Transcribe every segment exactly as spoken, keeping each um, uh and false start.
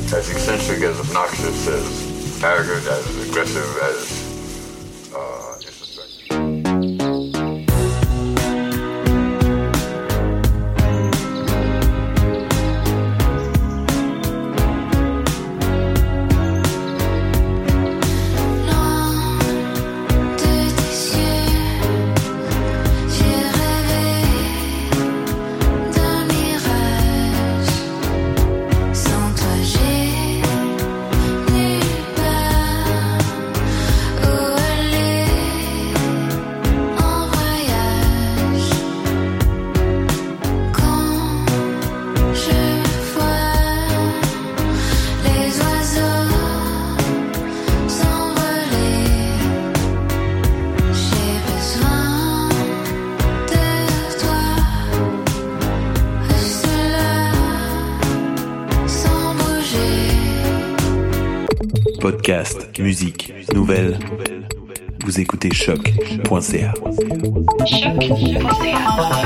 as eccentric, as obnoxious, as arrogant, as aggressive, as uh, disrespectful. Podcast, musique, nouvelles. Vous écoutez choc point c a. choc point c a.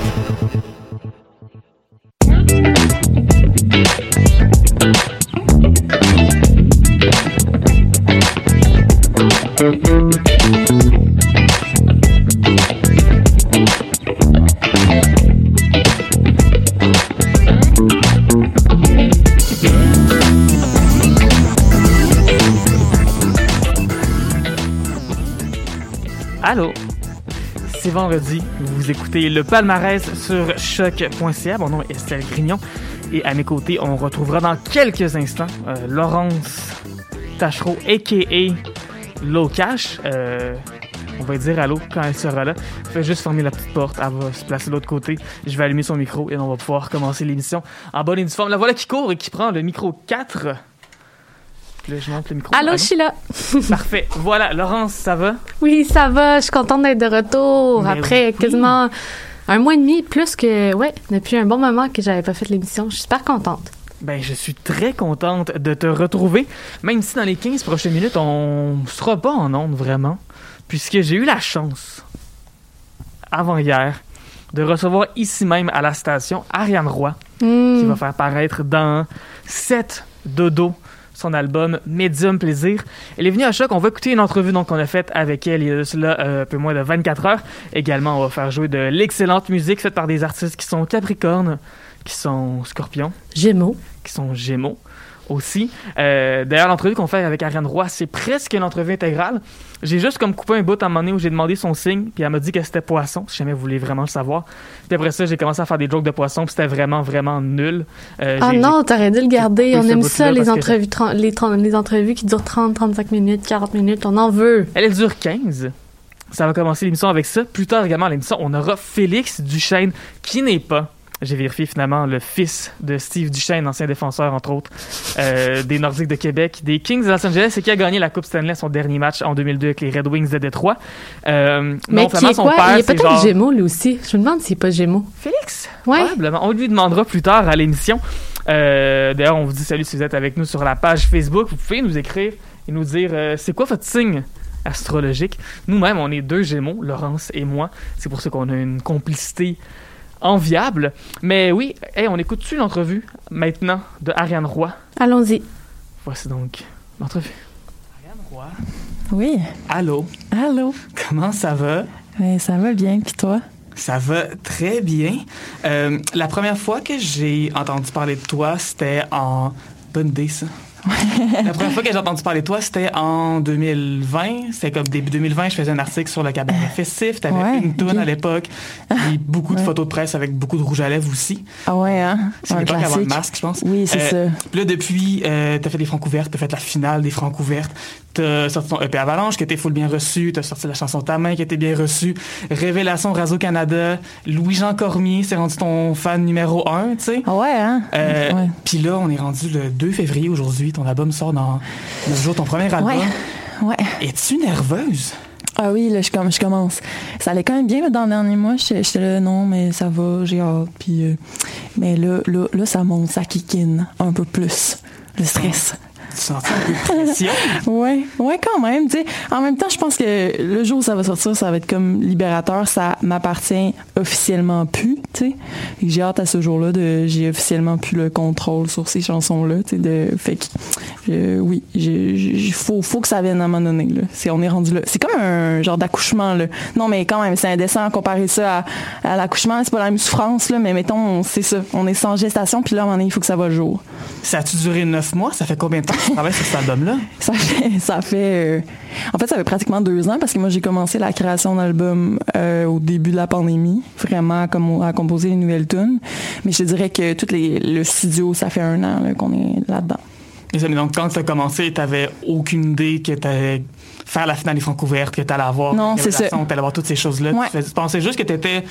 Allô, c'est vendredi, vous écoutez le palmarès sur choc point c a, mon nom est Estelle Grignon et à mes côtés on retrouvera dans quelques instants euh, Laurence Tachereau aka Locash. Euh, on va dire allô quand elle sera là. Fais juste fermer la petite porte, elle va se placer de l'autre côté, je vais allumer son micro et on va pouvoir commencer l'émission en bonne et due forme. La voilà qui court et qui prend le micro quatre. Là, je monte le micro. Allô, je suis là. Parfait. Voilà, Laurence, ça va? Oui, ça va. Je suis contente d'être de retour. Mais après oui. quasiment un mois et demi, plus que, ouais, depuis un bon moment que j'avais pas fait l'émission. Je suis super contente. Ben, je suis très contente de te retrouver, même si dans les quinze prochaines minutes, on sera pas en ondes vraiment, puisque j'ai eu la chance, avant hier, de recevoir ici même à la station Ariane Roy, mmh. qui va faire paraître dans sept dodo son album Médium Plaisir. Elle est venue à Choc. On va écouter une entrevue donc, qu'on a faite avec elle il y a cela euh, un peu moins de vingt-quatre heures. Également, on va faire jouer de l'excellente musique faite par des artistes qui sont Capricorne, qui sont Scorpion, Gémeaux, qui sont Gémeaux aussi. Euh, d'ailleurs, l'entrevue qu'on fait avec Ariane Roy, c'est presque une entrevue intégrale. J'ai juste comme coupé un bout à un moment donné où j'ai demandé son signe, puis elle m'a dit que c'était poisson, si jamais vous voulez vraiment le savoir. Puis après ça, j'ai commencé à faire des jokes de poisson, puis c'était vraiment, vraiment nul. Euh, ah non, t'aurais dû le garder. On aime ça, les entrevues, trente, les, trente, les entrevues qui durent trente, trente-cinq minutes, quarante minutes, on en veut. Elle, elle dure quinze. Ça va commencer l'émission avec ça. Plus tard également à l'émission, on aura Félix Duchesne, qui n'est pas... J'ai vérifié finalement le fils de Steve Duchesne, ancien défenseur, entre autres, euh, des Nordiques de Québec, des Kings de Los Angeles, et qui a gagné la Coupe Stanley son dernier match en deux mille deux avec les Red Wings de Détroit. Euh, Mais non, qui est son quoi? Père, il est peut-être genre... Gémeaux, lui aussi. Je me demande s'il n'est pas Gémeaux. Félix? Ouais. Probablement. On lui demandera plus tard à l'émission. Euh, d'ailleurs, on vous dit salut si vous êtes avec nous sur la page Facebook. Vous pouvez nous écrire et nous dire euh, c'est quoi votre signe astrologique. Nous-mêmes, on est deux Gémeaux, Laurence et moi. C'est pour ça qu'on a une complicité enviable. Mais oui, hey, on écoute-tu l'entrevue maintenant de Ariane Roy? Allons-y. Voici donc l'entrevue. Ariane Roy. Oui. Allô. Allô. Comment ça va? Ben, ça va bien, puis toi? Ça va très bien. Euh, la première fois que j'ai entendu parler de toi, c'était en... Bonne idée, ça. La première fois que j'ai entendu parler de toi, c'était en deux mille vingt. C'était comme début deux mille vingt, je faisais un article sur le cabaret festif. T'avais ouais, une toune okay. à l'époque. Puis beaucoup de ouais. photos de presse avec beaucoup de rouge à lèvres aussi. Ah ouais, hein? C'est l'époque avant le masque, je pense. Oui, c'est euh, ça. Puis là, depuis, euh, t'as fait des francs ouvertes, t'as fait la finale des francs ouvertes. T'as sorti ton E P Avalanche qui était full bien reçu. T'as sorti la chanson Ta main qui était bien reçue. Révélation Radio-Canada. Louis-Jean Cormier s'est rendu ton fan numéro un, tu sais. Ah ouais, hein? Euh, ouais. Puis là, on est rendu le deux février aujourd'hui. Ton album sort dans neuf jours, ton premier album. Ouais. ouais. Es-tu nerveuse? Ah oui, là, je, je commence. Ça allait quand même bien, mais dans le dernier mois, j'étais là, non, mais ça va, j'ai hâte. Puis, euh, mais là, là, là, ça monte, ça kikine un peu plus. Le stress. Tu sens un peu de pression? ouais, ouais, quand même. Tu sais, en même temps, je pense que le jour où ça va sortir, ça va être comme libérateur. Ça m'appartient officiellement plus. tu sais. Et j'ai hâte à ce jour-là de, j'ai officiellement plus le contrôle sur ces chansons-là, tu sais, de, fait que, euh, oui, il faut, faut que ça vienne à un moment donné, là. C'est, on est rendu là. C'est comme un genre d'accouchement, là. Non, mais quand même, c'est indécent comparer ça à, à l'accouchement, c'est pas la même souffrance, là, mais mettons, c'est ça. On est sans gestation, puis là, à un moment donné, il faut que ça va le jour. Ça a-tu duré neuf mois? Ça fait combien de temps que tu travailles sur cet album-là? Ça fait, ça fait, euh, en fait, ça fait pratiquement deux ans, parce que moi, j'ai commencé la création d'album euh, au début de la pandémie, vraiment, comme à composer les nouvelles tunes. Mais je te dirais que tout les, le studio, ça fait un an là, qu'on est là-dedans. Et ça, mais donc, quand tu as commencé, tu n'avais aucune idée que tu allais faire la finale des Francouvertes, que tu allais avoir non, c'est ça. que tu allais avoir toutes ces choses-là. Ouais. Tu pensais juste que tu étais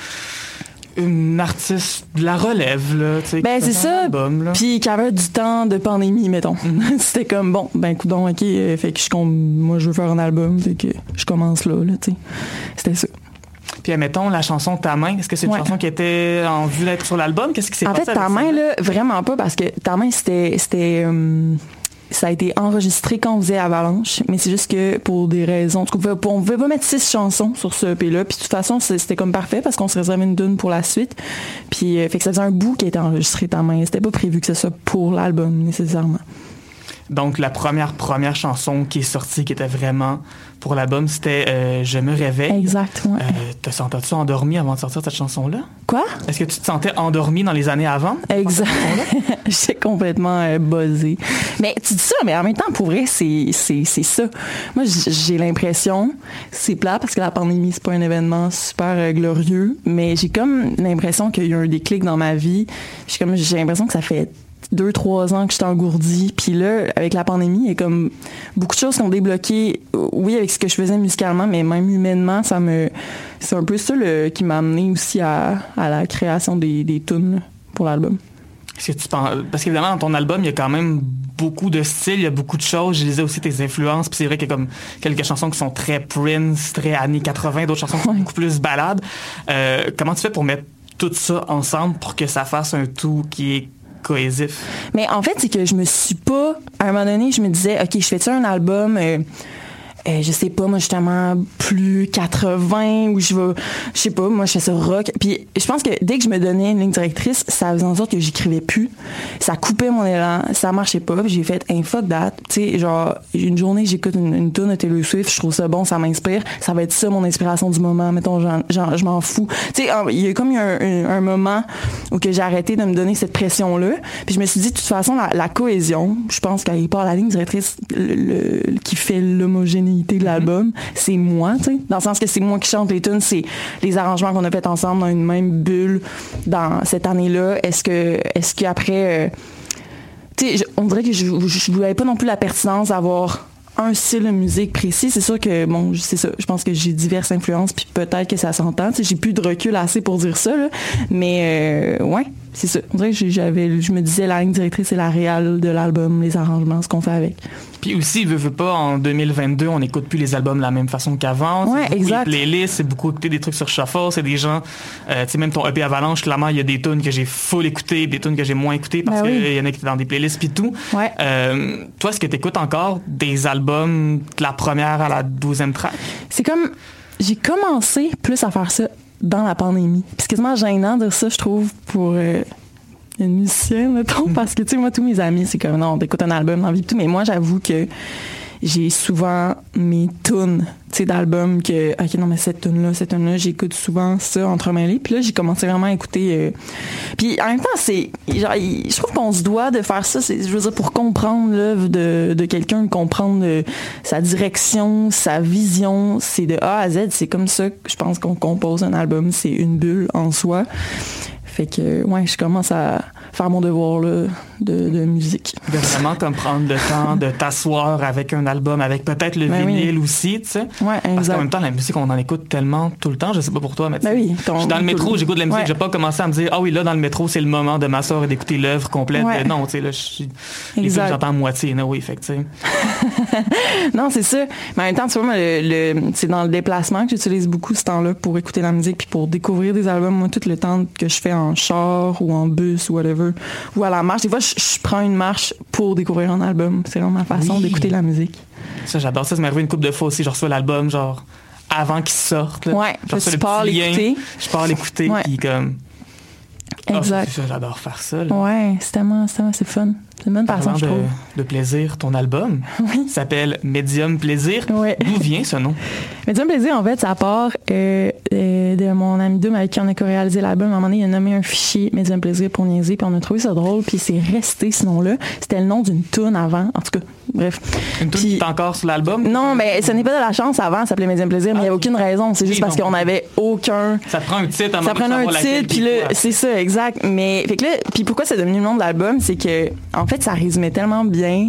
une artiste de la relève, là. Ben, c'est ça. Puis qu'il y avait du temps de pandémie, mettons. Mm-hmm. C'était comme, bon, ben, coudonc, OK, euh, fait que je compte, moi, je veux faire un album, fait que je commence là, là, tu sais. C'était ça. Puis, admettons, la chanson Ta main, est-ce que c'est une ouais. chanson qui était en vue d'être sur l'album? Qu'est-ce qui s'est en passé? En fait, Ta main, là, vraiment pas, parce que Ta main, c'était... c'était euh, ça a été enregistré quand on faisait Avalanche, mais c'est juste que pour des raisons... On pouvait, on pouvait pas mettre six chansons sur ce E P-là, puis de toute façon, c'était comme parfait, parce qu'on se réservait une dune pour la suite. Puis, euh, fait que ça faisait un bout qui était enregistré Ta main. C'était pas prévu que ce soit pour l'album, nécessairement. Donc, la première, première chanson qui est sortie, qui était vraiment pour l'album, c'était euh, Je me réveille. Exact, ouais. Euh, te sentais-tu endormie avant de sortir cette chanson-là? Quoi? Est-ce que tu te sentais endormie dans les années avant? Exact. J'étais complètement euh, buzzée. Mais tu dis ça, mais en même temps, pour vrai, c'est, c'est, c'est ça. Moi, j'ai l'impression, c'est plat parce que la pandémie, c'est pas un événement super euh, glorieux, mais j'ai comme l'impression qu'il y a eu un déclic dans ma vie. J'ai comme, j'ai l'impression que ça fait deux, trois ans que j'étais engourdie. Puis là, avec la pandémie, il y a comme beaucoup de choses qui ont débloqué. Oui, avec ce que je faisais musicalement, mais même humainement, ça me... C'est un peu ça le, qui m'a amené aussi à, à la création des, des tunes là, pour l'album. Est-ce que tu penses... Parce qu'évidemment, dans ton album, il y a quand même beaucoup de styles, il y a beaucoup de choses. Je lisais aussi tes influences, puis c'est vrai qu'il y a comme quelques chansons qui sont très Prince, très années quatre-vingts, d'autres chansons qui sont beaucoup plus ballades. Euh, comment tu fais pour mettre tout ça ensemble pour que ça fasse un tout qui est cohésif? Mais en fait, c'est que je me suis pas... À un moment donné, je me disais, OK, je fais-tu un album... Euh, Euh, je sais pas, moi, justement, plus quatre-vingts, ou je vais, je sais pas, moi, je fais ça rock. Puis je pense que dès que je me donnais une ligne directrice, ça faisait en sorte que j'écrivais plus. Ça coupait mon élan, ça marchait pas. Puis j'ai fait, hey, fuck that. Tu sais, genre, une journée, j'écoute une, une tune de Taylor Swift, je trouve ça bon, ça m'inspire. Ça va être ça, mon inspiration du moment. Mettons, genre, genre je m'en fous. Tu sais, il y a comme eu un, un, un moment où que j'ai arrêté de me donner cette pression-là. Puis je me suis dit, de toute façon, la, la cohésion, je pense qu'elle est pas la ligne directrice le, le, qui fait l'homogénéité de l'album, mm-hmm. c'est moi, tu sais, dans le sens que c'est moi qui chante les tunes, c'est les arrangements qu'on a fait ensemble dans une même bulle dans cette année-là. Est-ce que, est-ce qu'après, euh, tu sais, on dirait que je, je voulais pas non plus la pertinence d'avoir un style de musique précis. C'est sûr que, bon, c'est ça, je pense que j'ai diverses influences, puis peut-être que ça s'entend, tu sais, j'ai plus de recul assez pour dire ça, là, mais euh, ouais, c'est ça. On dirait que j'avais, je me disais, la ligne directrice, c'est la réelle de l'album, les arrangements, ce qu'on fait avec. Puis aussi, veut, veut pas, en deux mille vingt-deux, on n'écoute plus les albums de la même façon qu'avant. Ouais, c'est exact. Les playlists, c'est beaucoup écouter des trucs sur Shuffle, c'est des gens, euh, tu sais, même ton E P Avalanche, clairement, il y a des tunes que j'ai full écoutées, des tunes que j'ai moins écoutées parce ben qu'il oui. y en a qui étaient dans des playlists pis tout. Ouais. Euh, toi, est-ce que t'écoutes encore des albums de la première à la douzième track? C'est comme, j'ai commencé plus à faire ça dans la pandémie. Puis c'est quasiment gênant de dire ça, je trouve, pour... Euh une musicienne, mettons, parce que, tu sais, moi, tous mes amis, c'est comme, non, on écoute un album dans la vie, tout, mais moi, j'avoue que j'ai souvent mes tunes, tu sais, d'albums que, OK, non, mais cette tune-là, cette tune-là, j'écoute souvent ça entremêlé, puis là, j'ai commencé vraiment à écouter, euh... puis en même temps, c'est, genre, je trouve qu'on se doit de faire ça, c'est, je veux dire, pour comprendre l'œuvre de, de quelqu'un, comprendre euh, sa direction, sa vision, c'est de A à Z, c'est comme ça que je pense qu'on compose un album, c'est une bulle en soi. Fait que, ouais, je commence à faire mon devoir là, de, de musique. De vraiment comme prendre le temps de t'asseoir avec un album, avec peut-être le ben vinyle oui. aussi, tu sais. Ouais, exact. Parce qu'en même temps, la musique, on en écoute tellement tout le temps, je sais pas pour toi, mais ben oui, ton, je suis dans le métro, j'écoute de la musique, ouais. je vais pas commencer à me dire, ah oui, là, dans le métro, c'est le moment de m'asseoir et d'écouter l'œuvre complète. Ouais. Non, tu sais, là, je les films, j'entends à moitié, non, oui, fait que, tu sais. Non, c'est ça. Mais en même temps, tu vois, moi, le, le, c'est dans le déplacement que j'utilise beaucoup ce temps-là pour écouter la musique puis pour découvrir des albums. Moi, tout le temps que je fais en char ou en bus ou whatever, ou à la marche. Des fois, je, je prends une marche pour découvrir un album. C'est vraiment ma façon oui. d'écouter la musique. Ça, j'adore ça. Ça m'est arrivé une couple de fois aussi. Je reçois l'album, genre, avant qu'il sorte. Là. Ouais, je tu pars l'écouter. Je pars l'écouter, ouais. puis comme... Exact. Ah, c'est ça, j'adore faire ça. Là. Ouais, c'est tellement, c'est tellement, c'est fun. C'est une bonne façon, je de, trouve. de plaisir, ton album oui. s'appelle Medium Plaisir. Ouais. D'où vient ce nom? Medium Plaisir, en fait, ça part euh, de, de mon ami Doom avec qui on a co-réalisé l'album. À un moment donné, il a nommé un fichier Medium Plaisir pour niaiser, puis on a trouvé ça drôle, puis c'est resté ce nom-là. C'était le nom d'une toune avant, en tout cas, bref. Une toune qui est encore sur l'album? Non, mais ce n'est pas de la chance avant, ça s'appelait Medium Plaisir, mais il ah, n'y avait aucune raison. C'est juste oui, parce qu'on n'avait aucun... Ça prend un titre à Ça prend un titre, puis là, c'est ça, exact. Mais, fait que là, puis pourquoi c'est devenu le nom de l'album, c'est que, en fait, ça résumait tellement bien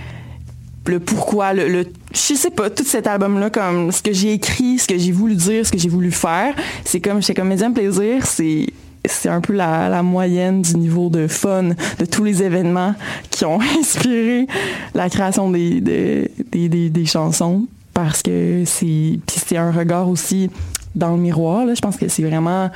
le pourquoi, le, le je sais pas, tout cet album-là, comme ce que j'ai écrit, ce que j'ai voulu dire, ce que j'ai voulu faire, c'est comme, c'est comme Medium Plaisir, c'est c'est un peu la, la moyenne du niveau de fun de tous les événements qui ont inspiré la création des, des, des, des, des chansons, parce que c'est, puis c'est un regard aussi dans le miroir, là, je pense que c'est vraiment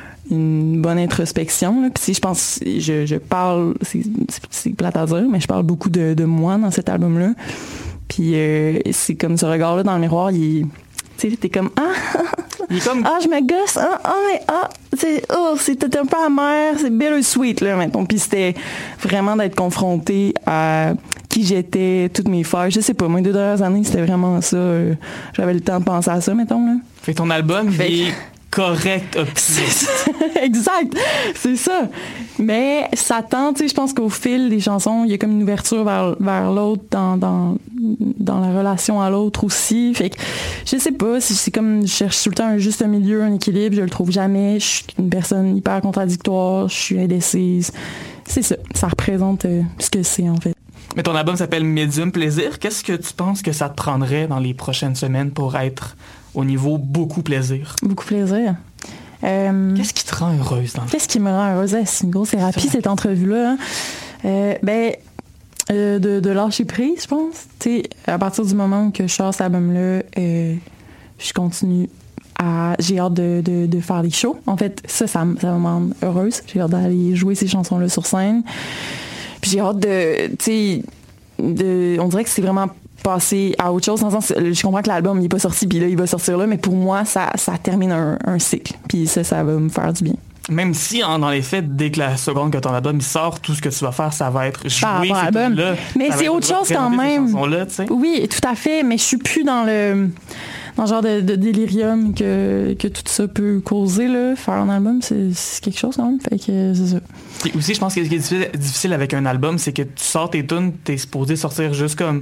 une bonne introspection. Là. Puis si je pense, je, je parle, c'est, c'est, c'est plate à dire, mais je parle beaucoup de, de moi dans cet album-là. Puis euh, c'est comme ce regard-là dans le miroir, il est, tu sais, t'es comme ah, il est comme ah, je me gosse, ah, ah mais ah, c'est oh, c'était un peu amer, c'est bittersweet là maintenant. Puis c'était vraiment d'être confronté à qui j'étais, toutes mes failles. Je sais pas, moi, les deux dernières années, c'était vraiment ça. Euh, j'avais le temps de penser à ça, mettons là. Fait ton album, fait il est correct optimiste. Exact, c'est ça. Mais ça tend, tu sais, je pense qu'au fil des chansons, il y a comme une ouverture vers, vers l'autre, dans, dans, dans la relation à l'autre aussi. Fait que, je sais pas, c'est, c'est comme, je cherche tout le temps un juste milieu, un équilibre, je le trouve jamais. Je suis une personne hyper contradictoire, je suis indécise. C'est ça, ça représente euh, ce que c'est, en fait. Mais ton album s'appelle Medium Plaisir. Qu'est-ce que tu penses que ça te prendrait dans les prochaines semaines pour être au niveau beaucoup plaisir? Beaucoup plaisir. Euh, Qu'est-ce qui te rend heureuse dans le Qu'est-ce qui me rend heureuse? C'est une grosse thérapie, cette entrevue-là. Hein. Euh, ben, euh, de, de lâcher prise, je pense. Tu sais, à partir du moment que je sors cet album-là, euh, je continue à... J'ai hâte de, de, de faire des shows. En fait, ça, ça, ça me rend heureuse. J'ai hâte d'aller jouer ces chansons-là sur scène. Puis j'ai hâte de... Tu sais, de, on dirait que c'est vraiment... passer à autre chose. Dans le sens, je comprends que l'album n'est pas sorti, puis là, il va sortir là, mais pour moi, ça, ça termine un, un cycle. Puis ça, ça va me faire du bien. Même si, hein, dans les faits, dès que la seconde que ton album il sort, tout ce que tu vas faire, ça va être jouer ces tunes-là. Mais c'est autre chose quand même. Oui, tout à fait, mais je suis plus dans le... dans le genre de, de délirium que, que tout ça peut causer, là. Faire un album, c'est, c'est quelque chose quand même. Fait que c'est ça. Et aussi, je pense que ce qui est difficile, difficile avec un album, c'est que tu sors tes tunes, t'es supposé sortir juste comme...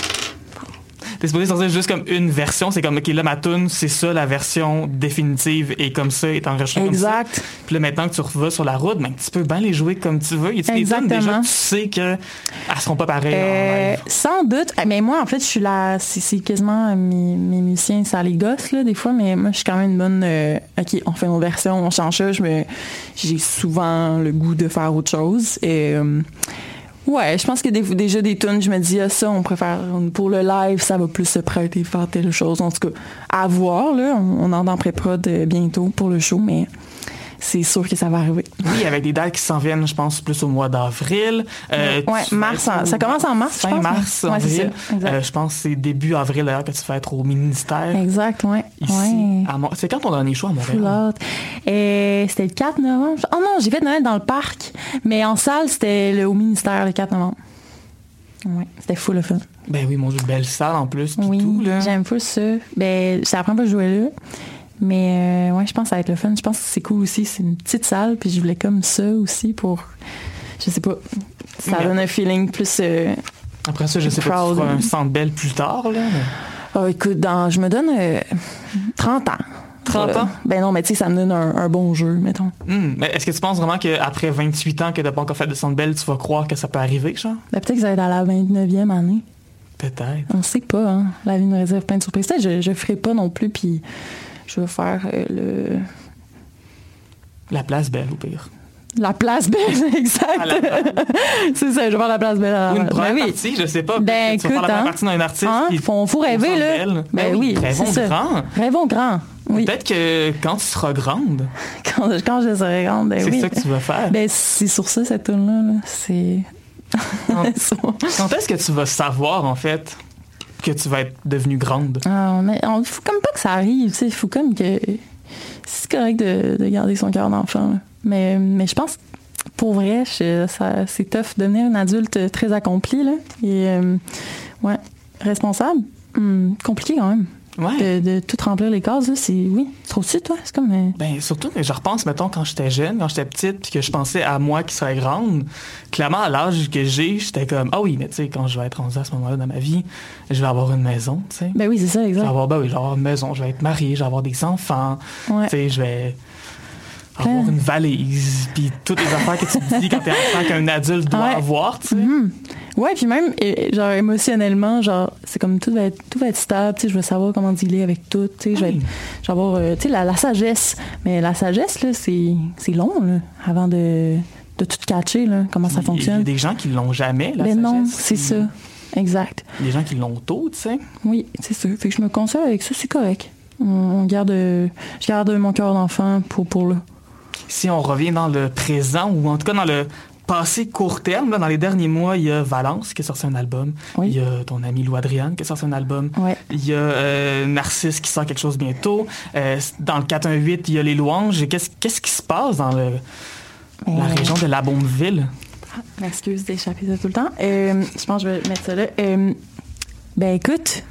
T'es supposé sortir juste comme une version. C'est comme, OK, là, ma tune, c'est ça, la version définitive, et comme ça, est enregistrée comme ça. Exact. Puis là, maintenant que tu revas sur la route, ben, tu peux bien les jouer comme tu veux. Il y a des tunes, déjà, tu sais qu'elles seront pas pareilles euh, en live. Sans doute. Mais moi, en fait, je suis là... C'est, c'est quasiment... Mes, mes musiciens, ça les gosse, là, des fois, mais moi, je suis quand même une bonne... Euh, OK, on fait nos versions, on change ça. Je me, j'ai souvent le goût de faire autre chose. Et... Euh, ouais, je pense que des, déjà des tunes, je me dis, ah, ça, on préfère, pour le live, ça va plus se prêter faire telle chose. En tout cas, à voir, là. On, on entre en pré-prod bientôt pour le show, mais c'est sûr que ça va arriver. Oui, avec des dates qui s'en viennent, je pense, plus au mois d'avril. Euh, ouais, mars, en, ça commence en mars, fin je pense. mars, ouais, avril. C'est ça, euh, je pense que c'est début avril, d'ailleurs, que tu vas être au ministère. Exact, ouais. Ici, ouais. à Mont- c'est quand ton dernier show à Montréal? Et c'était le quatre novembre. Oh non, j'ai fait Noël dans le parc, mais en salle, c'était le, au ministère le quatre novembre. Ouais, c'était full le fun. Ben oui, mon Dieu, belle salle en plus, pis oui, tout, là. J'aime full ça. Ben, c'est la première fois que je jouais là. Mais euh, ouais, je pense que ça va être le fun. Je pense que c'est cool aussi. C'est une petite salle, puis je voulais comme ça aussi pour... Je sais pas. Ça okay. donne un feeling plus... Euh, Après ça, je sais pas, tu feras un Centre Bell plus tard, là. Oh, écoute, dans, je me donne euh, trente ans. trente ans? Ben non, mais tu sais, ça me donne un, un bon jeu, mettons. Mm, mais est-ce que tu penses vraiment qu'après vingt-huit ans que t'as pas encore fait de Centre Bell, tu vas croire que ça peut arriver, genre? Ben peut-être que ça va être à la vingt-neuvième année. Peut-être. On sait pas, hein. La vie nous réserve plein de surprises. Peut-être que je, je ferai pas non plus, puis je vais faire euh, le... La place Belle, au pire. La place Belle, exact. C'est ça, je vais faire la place Belle. À la... Ou une première ben oui. partie, je sais pas. Ben tu vas faire la première hein, partie d'un artiste. Hein, faut, faut rêver, là. Ben, ben oui, rêvons c'est grand. Ça. Rêvons grand. Oui. Peut-être que quand tu seras grande. quand, quand je serai grande, ben c'est oui. C'est ça que tu vas faire. Ben c'est sur ça, cette tune-là. Là. C'est... quand, quand est-ce que tu vas savoir, en fait, que tu vas être devenue grande? Ah, mais il faut comme pas que ça arrive. Il faut comme que... C'est correct de, de garder son cœur d'enfant. Là. Mais, mais je pense, pour vrai, je, ça, c'est tough de devenir une adulte très accomplie, là. Et, euh, ouais, responsable. Hum, compliqué quand même. Ouais. De, de tout remplir les cases, là, c'est... Oui, tu trouves-tu, toi? C'est comme... Euh... Ben, surtout que je repense, mettons, quand j'étais jeune, quand j'étais petite, puis que je pensais à moi qui serais grande. Clairement, à l'âge que j'ai, j'étais comme, ah oui, mais tu sais, quand je vais être rendue à ce moment-là dans ma vie, je vais avoir une maison, tu sais. Ben oui, c'est ça, exact. Je vais avoir, ben oui, je vais avoir une maison, je vais être mariée, je vais avoir des enfants, ouais. tu sais, je vais avoir une valise, puis toutes les affaires que tu te dis quand t'es enfant qu'un adulte doit ouais. avoir, tu sais. Mm-hmm. Ouais, puis même, genre, émotionnellement, genre, c'est comme tout va être, tout va être stable, tu sais, je veux savoir comment dealer avec tout, tu sais, je vais être, je vais avoir, euh, tu sais, la, la sagesse. Mais la sagesse, là, c'est, c'est long, là, avant de, de tout catcher, là, comment ça fonctionne. Il y a des gens qui l'ont jamais, la Mais sagesse. non, c'est ça. Exact. Des gens qui l'ont tôt, tu sais. Oui, c'est ça. Fait que je me console avec ça, c'est correct. On, on garde, je garde mon cœur d'enfant pour, pour là. Si on revient dans le présent, ou en tout cas dans le passé court terme, là, dans les derniers mois, il y a Valence qui a sorti un album. Oui. Il y a ton ami Lou Adriane qui a sorti un album. Ouais. Il y a euh, Narcisse qui sort quelque chose bientôt. Euh, dans le quatre un huit, il y a Les Louanges. Qu'est-ce, qu'est-ce qui se passe dans le, euh... la région de la Beaumeville? Ah, m'excuse d'échapper ça tout le temps. Euh, je pense que je vais mettre ça là. Euh, ben écoute,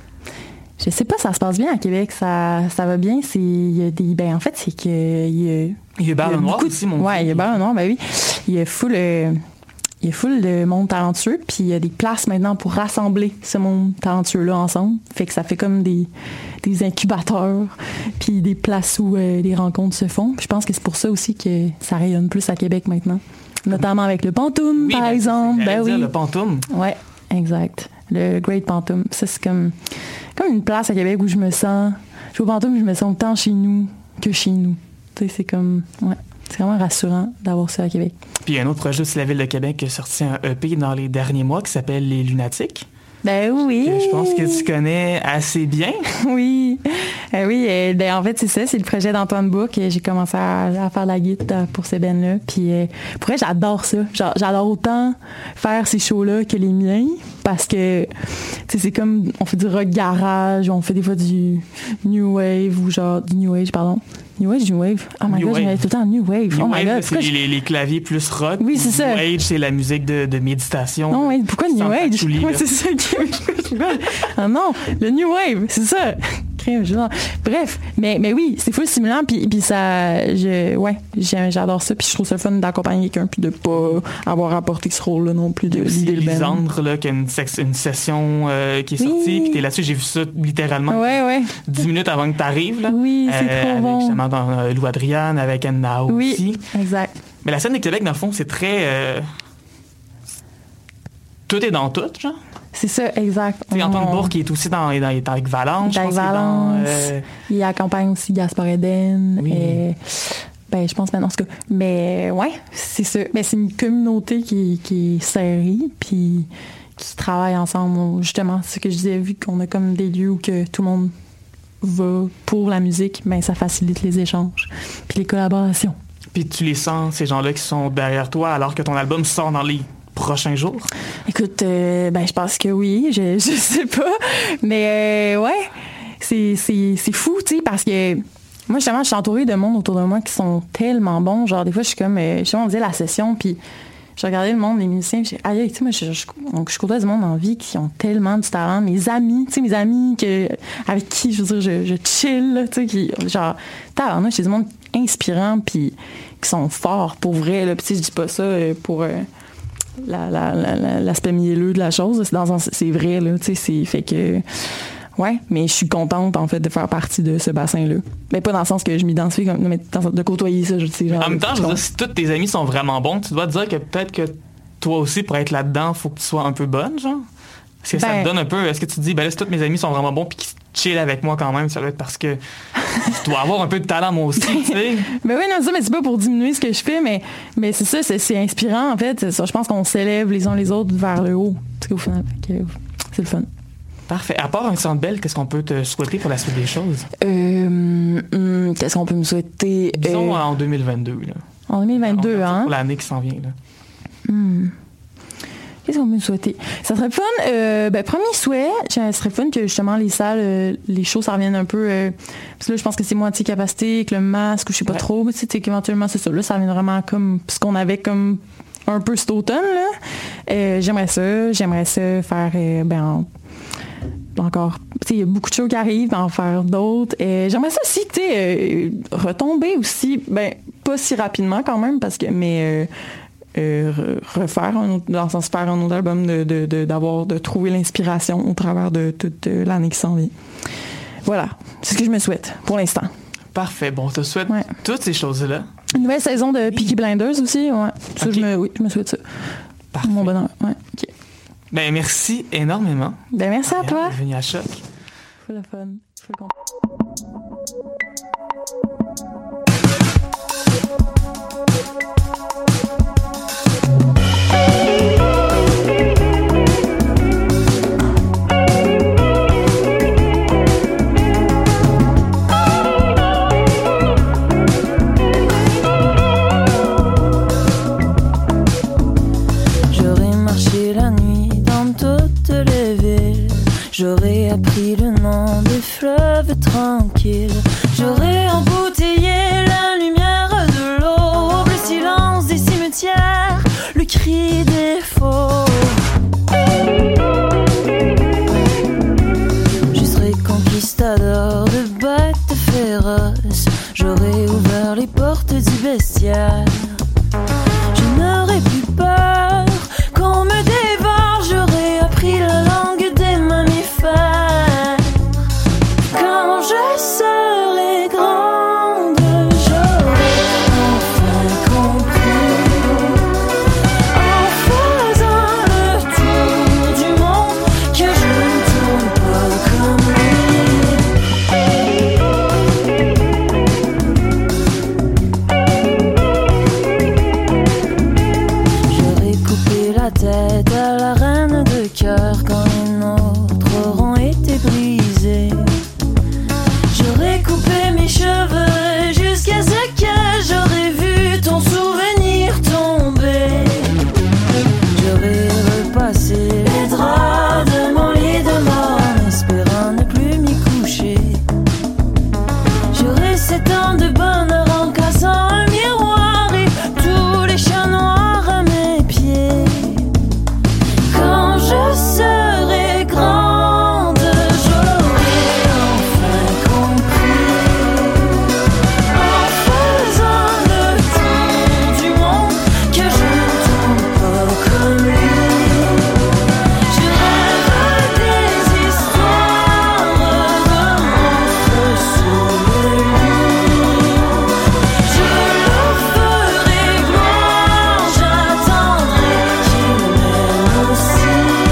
je sais pas, ça se passe bien à Québec. Ça, ça va bien. C'est, il y a des, ben en fait, c'est que il y a Il y a Barre Noir de, aussi, mon ouais, il y a Barre Noir, ben oui. Il y a full, euh, il y a full de monde talentueux, puis il y a des places maintenant pour rassembler ce monde talentueux-là ensemble. Fait que ça fait comme des, des incubateurs, puis des places où euh, les rencontres se font. Puis je pense que c'est pour ça aussi que ça rayonne plus à Québec maintenant. Notamment avec le Pantoum, oui, par ben, exemple. Ben oui. Le Pantoum. Ouais, exact. Le Great Pantoum. Ça, c'est comme, comme une place à Québec où je me sens... Je vais au Pantoum, je me sens autant chez nous que chez nous. Tu sais, c'est comme... Ouais. C'est vraiment rassurant d'avoir ça à Québec. Puis il y a un autre projet aussi, la Ville de Québec, qui a sorti un E P dans les derniers mois qui s'appelle Les Lunatiques. Ben oui! Que je pense que tu connais assez bien. Oui! Euh, oui, euh, ben en fait, c'est ça, c'est le projet d'Antoine Bourque. J'ai commencé à, à faire la guitare pour ces bands-là. Puis euh, pour vrai, j'adore ça. Genre, j'adore autant faire ces shows-là que les miens. Parce que, tu sais, c'est comme, on fait du rock garage, on fait des fois du new wave, ou genre, du new age, pardon. New Wave, New Wave. Oh my New God, wave. je mets tout le temps New Wave. New oh my Wave, God. c'est je... les, les claviers plus rock. Oui, c'est ça. New Age, c'est la musique de, de méditation. Non, ouais, pourquoi New Age? Patchouli, Ouais, c'est ça qui Ah non, le New Wave, c'est ça. Bref, mais, mais oui, c'est full stimulant, puis, puis ça, je, ouais, j'adore ça, puis je trouve ça fun d'accompagner quelqu'un, puis de pas avoir apporté ce rôle-là non plus de l'idée le Lisandre, là, qui a une, sex- une session euh, qui est sortie, oui. Puis t'es là-dessus, j'ai vu ça littéralement ouais, ouais. dix minutes avant que t'arrives, là. Oui, c'est euh, trop avec, bon. Justement, dans euh, Lou Adriane, avec Anna oui, aussi. Oui, exact. Mais la scène de Québec, dans le fond, c'est très... Euh, tout est dans tout, genre. C'est ça, exact. Tu sais, Antoine on... Bourque, qui est aussi dans, dans, dans avec Valence. Avec Valence. Dans, euh... Il accompagne aussi Gaspard Eden. Oui. Et, ben, je pense maintenant, en tout cas. Mais, ouais, c'est ça. Mais c'est une communauté qui, qui est serrée, puis qui travaille ensemble. Justement, c'est ce que je disais, vu qu'on a comme des lieux où que tout le monde va pour la musique, ben, ça facilite les échanges, puis les collaborations. Puis tu les sens, ces gens-là qui sont derrière toi, alors que ton album sort dans les prochains jours? Écoute, euh, ben je pense que oui, je, je sais pas, mais euh, ouais, c'est, c'est, c'est fou, tu sais, parce que moi, justement, je suis entourée de monde autour de moi qui sont tellement bons, genre des fois, je suis comme, euh, justement, on faisait la session, puis je regardais le monde, les musiciens, puis je disais, aïe, tu sais, moi, je, je, je, je côtoie du monde en vie qui ont tellement du talent, mes amis, tu sais, mes amis que, avec qui, je veux dire, je, je chill, tu sais, qui, genre, tabarnouche, c'est du monde inspirant, puis qui sont forts, pour vrai, là, puis tu sais, je dis pas ça pour... Euh, La, la, la, l'aspect mielleux de la chose, c'est, dans un, c'est vrai, là, tu sais, c'est fait que, ouais, mais je suis contente, en fait, de faire partie de ce bassin-là. Mais pas dans le sens que je m'identifie comme, mais dans, de côtoyer ça, je sais, genre. En même temps, je veux dire, si tous tes amis sont vraiment bons, tu dois te dire que peut-être que toi aussi, pour être là-dedans, faut que tu sois un peu bonne, genre. Est-ce que ben, ça te donne un peu, est-ce que tu te dis, ben là, si tous mes amis sont vraiment bons, puis qu'ils chill avec moi quand même, ça doit être parce que je dois avoir un peu de talent moi aussi, tu sais. Ben oui, non, ça, mais c'est pas pour diminuer ce que je fais, mais, mais c'est ça, c'est, c'est inspirant, en fait. C'est ça, je pense qu'on s'élève les uns les autres vers le haut. Au final, c'est le fun. Parfait. À part un Centre Bell, qu'est-ce qu'on peut te souhaiter pour la suite des choses? Euh, hum, qu'est-ce qu'on peut me souhaiter? Disons euh, en deux mille vingt-deux, là. En deux mille vingt-deux, hein? Pour l'année qui s'en vient, là. Hum. Qu'est-ce qu'on peut me souhaiter? Ça serait fun. Euh, ben, premier souhait, ça serait fun que justement les salles, euh, les shows, ça revienne un peu. Euh, parce que là, je pense que c'est moitié capacité avec le masque ou je sais pas ouais. trop. Mais tu sais, qu'éventuellement, c'est ça. Là, ça revient vraiment comme ce qu'on avait comme un peu cet automne. Là. Euh, j'aimerais ça. J'aimerais ça faire. Euh, ben, en, encore, tu sais, il y a beaucoup de shows qui arrivent, en faire d'autres. Euh, j'aimerais ça aussi, tu sais, euh, retomber aussi, ben, pas si rapidement quand même, parce que, mais euh, euh, refaire, un autre, dans le sens faire un autre album, de, de, de, d'avoir, de trouver l'inspiration au travers de toute euh, l'année qui s'en vient. Voilà, c'est ce que je me souhaite pour l'instant. Parfait, bon, on te souhaite ouais. toutes ces choses-là. Une nouvelle saison de Peaky Blinders aussi, ouais. Ça, okay. je me, oui, je me souhaite ça. Parfait. Mon bonheur, ouais, ok. Ben, merci énormément. Ben, merci à, à toi. Bienvenue à Choc. Full of fun. Full of J'aurais appris le nom des fleuves tranquilles. J'aurais embouteillé la lumière de l'eau, le silence des cimetières, le cri des faux. Je serais conquistador de bêtes féroces. J'aurais ouvert les portes du bestiaire. Je n'aurais plus peur qu'on me dévore. J'aurais appris la langue des mammifères. Quand je serai grande, j'aurai enfin compris, en faisant le tour du monde, que je ne tourne pas comme lui. J'aurais coupé la tête à la reine de cœur quand les nôtres auront été brisés. J'aurais coupé mes cheveux jusqu'à ce que j'aurais vu ton souvenir tomber. J'aurais repassé les draps de mon lit de mort en espérant ne plus m'y coucher. J'aurais sept ans de bonheur en cassant un miroir et tous les chats noirs à mes pieds. Quand je serai grande, j'aurai enfin compris, en faisant le tour du monde, que je ne tourne pas comme lui. Je rêve des histoires de monstres sous le lit. Je le ferai gloire, j'attendrai qu'il m'aime aussi.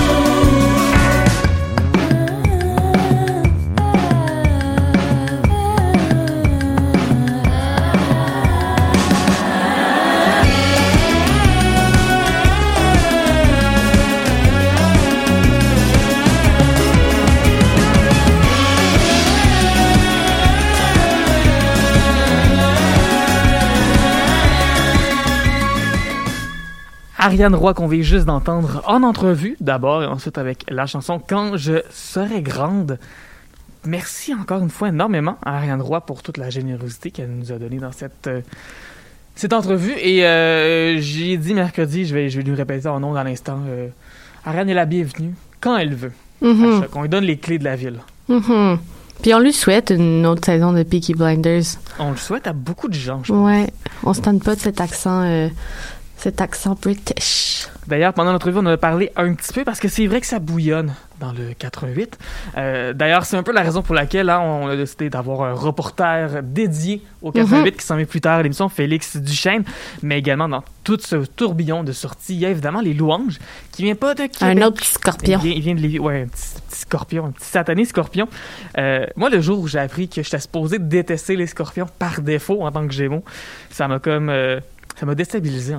Ariane Roy qu'on vient juste d'entendre en entrevue d'abord et ensuite avec la chanson Quand je serai grande. Merci encore une fois énormément à Ariane Roy pour toute la générosité qu'elle nous a donnée dans cette, euh, cette entrevue. Et euh, j'ai dit mercredi, je vais, je vais lui répéter en nom dans l'instant, euh, Ariane est la bienvenue quand elle veut. Mm-hmm. On lui donne les clés de la ville. Mm-hmm. Puis on lui souhaite une autre saison de Peaky Blinders. On le souhaite à beaucoup de gens, je pense. Ouais, on se tente pas de cet accent... Euh... Cet accent british. D'ailleurs, pendant l'entrevue, on en a parlé un petit peu parce que c'est vrai que ça bouillonne dans le quatre-vingt-huit. Euh, d'ailleurs, c'est un peu la raison pour laquelle hein, on a décidé d'avoir un reporter dédié au quatre-vingt-huit mm-hmm. qui s'en met plus tard à l'émission, Félix Duchesne. Mais également, dans tout ce tourbillon de sorties, il y a évidemment les louanges qui vient pas de Québec. Un autre petit scorpion. Il vient, il vient de Lévis. Ouais, un petit, petit scorpion, un petit satané scorpion. Euh, moi, le jour où j'ai appris que j'étais supposé détester les scorpions par défaut en tant que Gémeaux, ça m'a comme... Euh, ça m'a déstabilisé, en fait.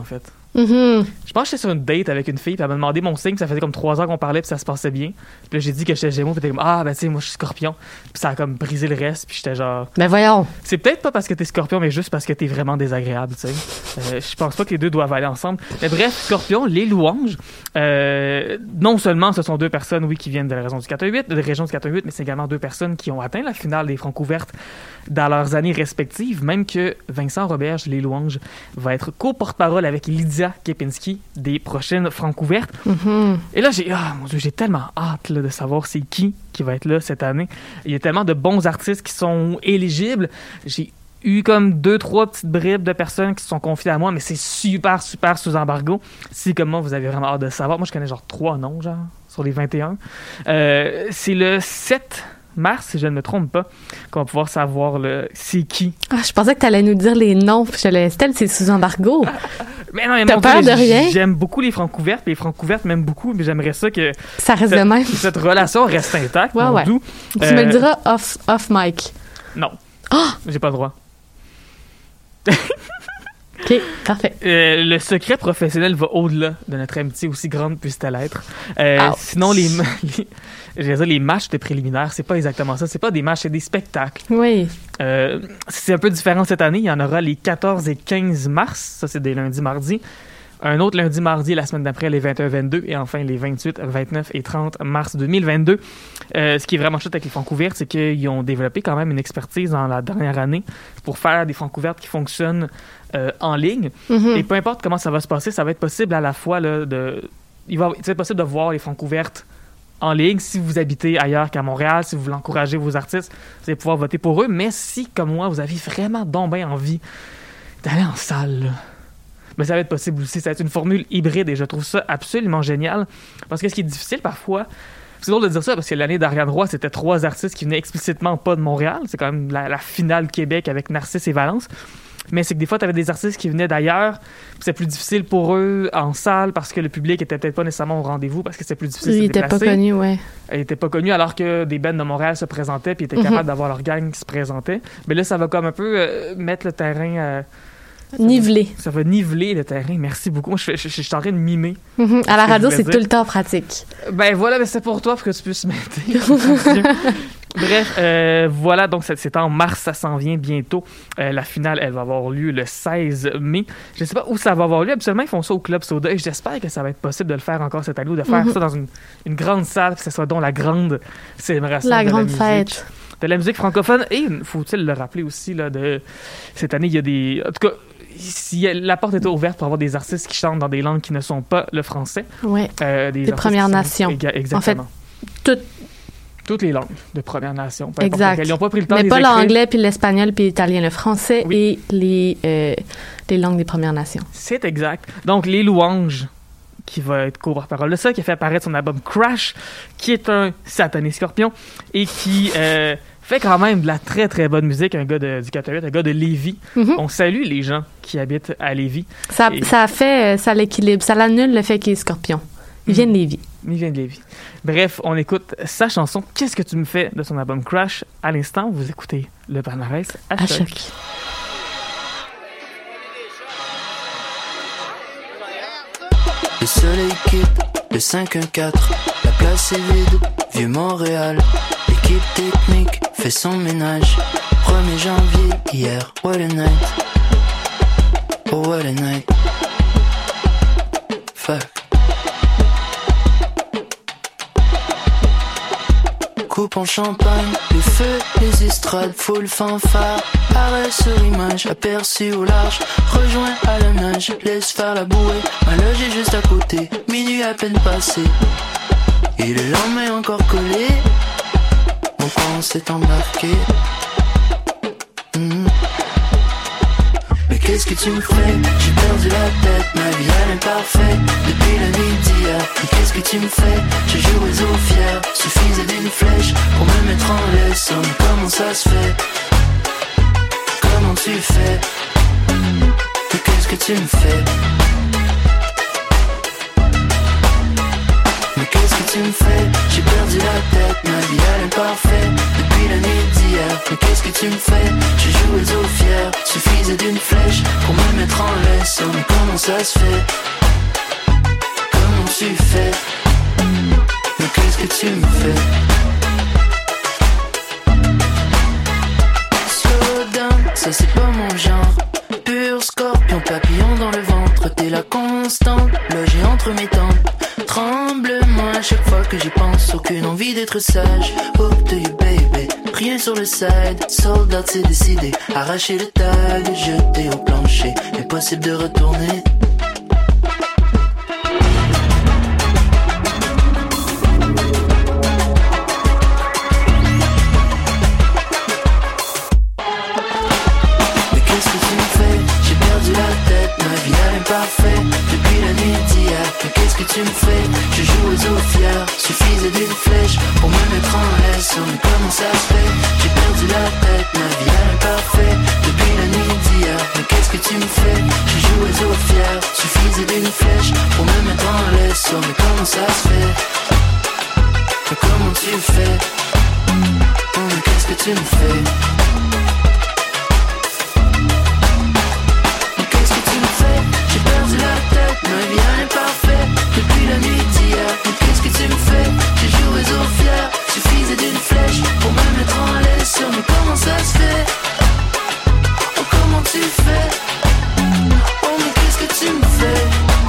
Mm-hmm. Je pense que j'étais sur une date avec une fille, puis elle m'a demandé mon signe, puis ça faisait comme trois heures qu'on parlait, puis ça se passait bien. Puis là, j'ai dit que j'étais Gémeaux, puis t'es comme, ah, ben tu sais, moi je suis Scorpion. Puis ça a comme brisé le reste, puis j'étais genre. Ben voyons. C'est peut-être pas parce que t'es Scorpion, mais juste parce que t'es vraiment désagréable, tu sais. Euh, je pense pas que les deux doivent aller ensemble. Mais bref, Scorpion, les louanges, euh, non seulement ce sont deux personnes, oui, qui viennent de la région du quatre un huit, de la région du quatre un huit, mais c'est également deux personnes qui ont atteint la finale des Francouvertes dans leurs années respectives, même que Vincent Roberge, les louanges, va être co-porte-parole avec Lydia Kepinski des prochaines Francouvertes. Mm-hmm. Et là, j'ai, ah, mon Dieu, j'ai tellement hâte là, de savoir c'est qui qui va être là cette année. Il y a tellement de bons artistes qui sont éligibles. J'ai eu comme deux, trois petites bribes de personnes qui se sont confiées à moi, mais c'est super, super sous embargo. Si, comme moi, vous avez vraiment hâte de savoir. Moi, je connais genre trois noms, genre, sur les vingt et un. Euh, c'est le sept mars, si je ne me trompe pas, qu'on va pouvoir savoir le c'est qui. Ah, je pensais que tu allais nous dire les noms. Puis je l'ai Stella, c'est sous embargo. Mais non, mais T'as peur de rien? J'aime beaucoup les Francouvertes. Les Francouvertes m'aiment beaucoup, mais j'aimerais ça que ça reste cette, de même. Cette relation reste intacte. Ouais, mon ouais. doux. Tu euh, me le diras off, off mic. Non. Oh! J'ai pas le droit. OK, parfait. Euh, le secret professionnel va au-delà de notre amitié, aussi grande puisse-t-elle être. Euh, sinon, les, les, je veux dire, les matchs de préliminaires, c'est pas exactement ça. C'est pas des matchs, c'est des spectacles. Oui. Euh, c'est un peu différent cette année. Il y en aura les quatorze et quinze mars. Ça, c'est des lundis, mardis. Un autre lundi, mardi, la semaine d'après, les vingt et un, vingt-deux. Et enfin, les vingt-huit, vingt-neuf et trente mars deux mille vingt-deux. Euh, ce qui est vraiment chouette avec les Francouvertes, c'est qu'ils ont développé quand même une expertise dans la dernière année pour faire des Francouvertes qui fonctionnent euh, en ligne. Mm-hmm. Et peu importe comment ça va se passer, ça va être possible à la fois là, de... Il va, il va être possible de voir les Francouvertes en ligne. Si vous habitez ailleurs qu'à Montréal, si vous voulez encourager vos artistes, vous allez pouvoir voter pour eux. Mais si, comme moi, vous avez vraiment donc bien envie d'aller en salle, là, mais ça va être possible aussi. Ça va être une formule hybride et je trouve ça absolument génial. Parce que ce qui est difficile parfois, c'est drôle de dire ça parce que l'année d'Ariane Roy, c'était trois artistes qui venaient explicitement pas de Montréal. C'est quand même la, la finale Québec avec Narcisse et Valence. Mais c'est que des fois, tu avais des artistes qui venaient d'ailleurs, puis c'est plus difficile pour eux en salle parce que le public était peut-être pas nécessairement au rendez-vous parce que c'est plus difficile de se déplacer. Ils étaient pas connus, ouais. Ils étaient pas connus alors que des bands de Montréal se présentaient puis étaient mm-hmm. capables d'avoir leur gang qui se présentait. Mais là, ça va comme un peu euh, mettre le terrain... Euh, Niveler. Ça va niveler le terrain. Merci beaucoup. Moi, je, je, je, je suis en train de mimer. Mm-hmm. À la radio, c'est dire. Tout le temps pratique. Ben voilà, ben c'est pour toi pour que tu puisses m'aider. Bref, euh, voilà. Donc, c'est, c'est en mars, ça s'en vient bientôt. Euh, la finale, elle va avoir lieu le seize mai. Je ne sais pas où ça va avoir lieu. Habituellement, ils font ça au Club Soda et j'espère que ça va être possible de le faire encore cette année ou de faire mm-hmm. ça dans une, une grande salle, que ce soit donc la grande célébration la de grande la musique. fête. De la musique francophone. Et, faut-il le rappeler aussi, là, de cette année, il y a des... En tout cas, si la porte est ouverte pour avoir des artistes qui chantent dans des langues qui ne sont pas le français. Oui, euh, des des Premières Nations. Éga- exactement. En fait, toutes... Toutes les langues de Premières Nations. Exact. Ils n'ont pas pris le temps mais de les pas écrire. l'anglais, puis l'espagnol, puis l'italien, le français oui. et les, euh, les langues des Premières Nations. C'est exact. Donc, les louanges qui va être co-porte-parole de ça, qui a fait apparaître son album Crash, qui est un satané scorpion et qui... Euh, fait quand même de la très, très bonne musique, un gars de, du quatre huit, un gars de Lévis. Mm-hmm. On salue les gens qui habitent à Lévis. Ça, et... ça fait, ça l'équilibre, ça l'annule le fait qu'il est scorpion. Il mm-hmm. vient de Lévis. Il vient de Lévis. Bref, on écoute sa chanson « Qu'est-ce que tu me fais » de son album Crash. À l'instant, vous écoutez le palmarès à, à Choc. Choc. Le soleil quitte le cinq un quatre, la place est vide, vieux Montréal. L'équipe technique fait son ménage. Premier janvier, hier, what a night. Oh, what a night. Fuck. Coupe en champagne, les feux, les estrades, full fanfare. Arrêt sur image, aperçu au large. Rejoint à la nage, laisse faire la bouée. Ma loge est juste à côté, minuit à peine passé. Et le lendemain encore collé. Mon temps s'est embarqué. Mmh. Mais qu'est-ce que tu me fais? J'ai perdu la tête, ma vie elle est parfaite. Depuis la nuit d'hier, mais qu'est-ce que tu me fais? Je joue aux fier, suffisait d'une flèche pour me mettre en laisse. Comment ça se fait? Comment tu fais? Mais qu'est-ce que tu me fais? Mais qu'est-ce que tu me fais? J'ai perdu la tête, ma vie elle est parfaite. Depuis la nuit d'hier, Mais qu'est-ce que tu me fais? Je jouais au fier, suffisait d'une flèche pour me mettre en laisse. Oh mais comment ça se fait? Comment tu fais? Mais qu'est-ce que tu me fais? Slow down, ça c'est pas mon genre. Pur scorpion, papillon dans le ventre. T'es la constante, logée entre mes tempes. Tremble-moi à chaque fois que j'y pense. Aucune envie d'être sage. Hope to you baby, rien sur le side. Sold out, c'est décidé. Arracher le tag, jeter au plancher. Impossible de retourner. Parfait, depuis la nuit d'hier. Mais qu'est-ce que tu me fais? Je joue aux eaux fières. Suffisait d'une flèche pour me mettre en laisse. Oh mais comment ça se fait? J'ai perdu la tête, ma vie elle est parfaite. Depuis la nuit d'hier. Mais qu'est-ce que tu me fais? Je joue aux eaux fières. Suffisait d'une flèche pour me mettre en laisse. Oh mais comment ça se fait? Mais comment tu fais? Oh mais qu'est-ce que tu me fais? J'ai perdu la tête, ma vie elle est parfaite. Depuis la nuit d'hier, mais qu'est-ce que tu me fais? J'ai joué aux fiers, suffisait d'une flèche pour me mettre en laisse. Mais comment ça se fait? Oh comment tu fais? Oh mais qu'est-ce que tu me fais?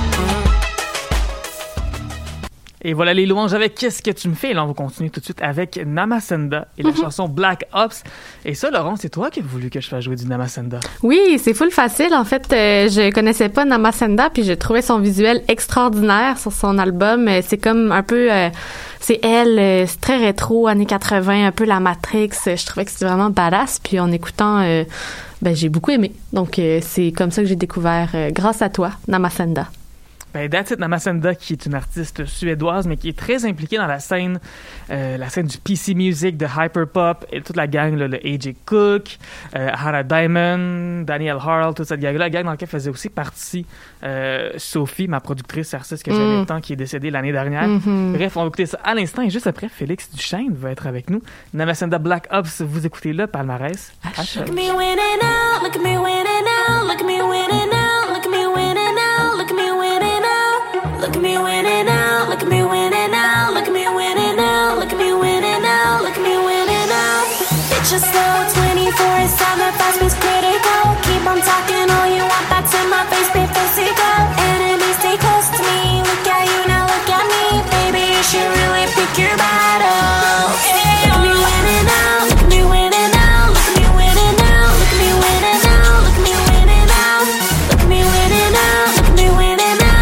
Et voilà les louanges avec Qu'est-ce que tu me fais? Et là, on va continuer tout de suite avec Namasenda et la mm-hmm. chanson Black Ops. Et ça, Laurent, c'est toi qui as voulu que je fasse jouer du Namasenda. Oui, c'est full facile. En fait, euh, je connaissais pas Namasenda, puis j'ai trouvé son visuel extraordinaire sur son album. Euh, c'est comme un peu... Euh, c'est elle, euh, c'est très rétro, années quatre-vingts, un peu la Matrix. Je trouvais que c'était vraiment badass. Puis en écoutant, euh, ben, j'ai beaucoup aimé. Donc, euh, c'est comme ça que j'ai découvert, euh, grâce à toi, Namasenda. Ben, That's It Namasenda, qui est une artiste suédoise, mais qui est très impliquée dans la scène, euh, la scène du P C Music, de Hyperpop, et toute la gang, là, le A J Cook, euh, Hannah Diamond, Danielle Harl, toute cette gang-là, la gang dans laquelle faisait aussi partie euh, Sophie, ma productrice artiste que j'aimais mm. tant, qui est décédée l'année dernière. Mm-hmm. Bref, on va écouter ça à l'instant, et juste après, Félix Duchesne va être avec nous. Namasenda Black Ops, vous écoutez le palmarès. À Choc. Look me winning now, look me winning now, look me winning now, look me winning now, look me winning now. Look at me winning now, look at me winning now, look at me winning now, look at me winning now, look at me winning now. Bitch, you're slow, twenty-four seven, fast is critical. Keep on talking all you want, that's in my face, be physical. Enemies stay close to me, look at you now, look at me. Baby, you should really pick your battles. Look at me winning now, look at me winning now, look at me winning now, look at me winning now, look at me winning now, look at me winning now, look at me winning now.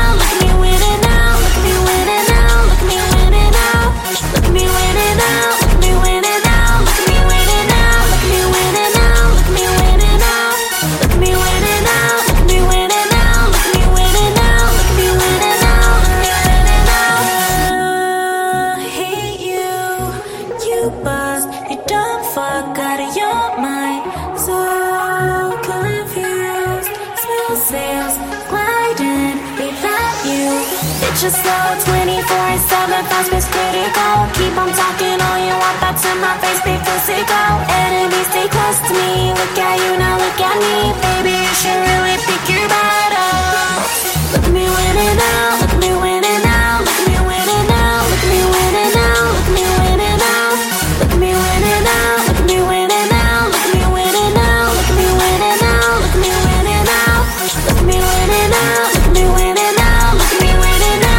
Just slow, twenty-four seven, fast paced critical. Keep on talking all you want, that's in my face, be physical. Enemies stay close to me, look at you now, look at me. Baby, you should really pick your battles. Look at me winning now, look at me winning now, look at me winning now, look at me winning now, look at me winning now, look at me winning now, look at me winning now, look at me winning now, look at me winning now, look at me winning now, look at me winning now, look at me winning now, look at me winning now.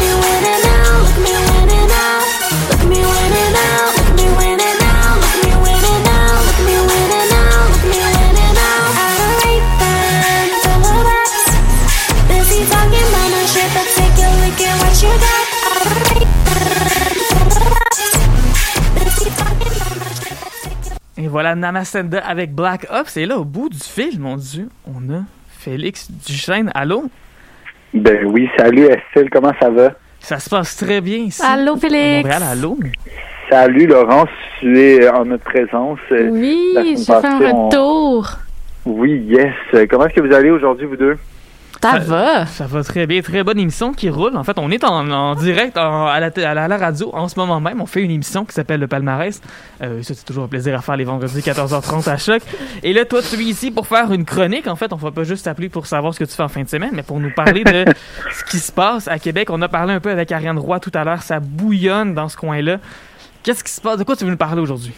Et voilà Namasenda avec Black Ops. Et là, au bout du fil, mon Dieu, on a Félix Duchesne. Allô? Ben oui, salut Estelle, comment ça va? Ça se passe très bien ici. Allô Félix? Montréal, allô? Salut Laurence, tu es en notre présence. Oui, j'ai fait un retour. On... Oui, yes. Comment est-ce que vous allez aujourd'hui, vous deux? Ça, ça va. Ça va très bien. Très bonne émission qui roule. En fait, on est en, en direct en, à, la, à, la, à la radio en ce moment même. On fait une émission qui s'appelle Le Palmarès. Euh, ça, c'est toujours un plaisir à faire les vendredis quatorze heures trente à Choc. Et là, toi, tu es ici pour faire une chronique. En fait, on ne va pas juste t'appeler pour savoir ce que tu fais en fin de semaine, mais pour nous parler de ce qui se passe à Québec. On a parlé un peu avec Ariane Roy tout à l'heure. Ça bouillonne dans ce coin-là. Qu'est-ce qui se passe? De quoi tu veux nous parler aujourd'hui?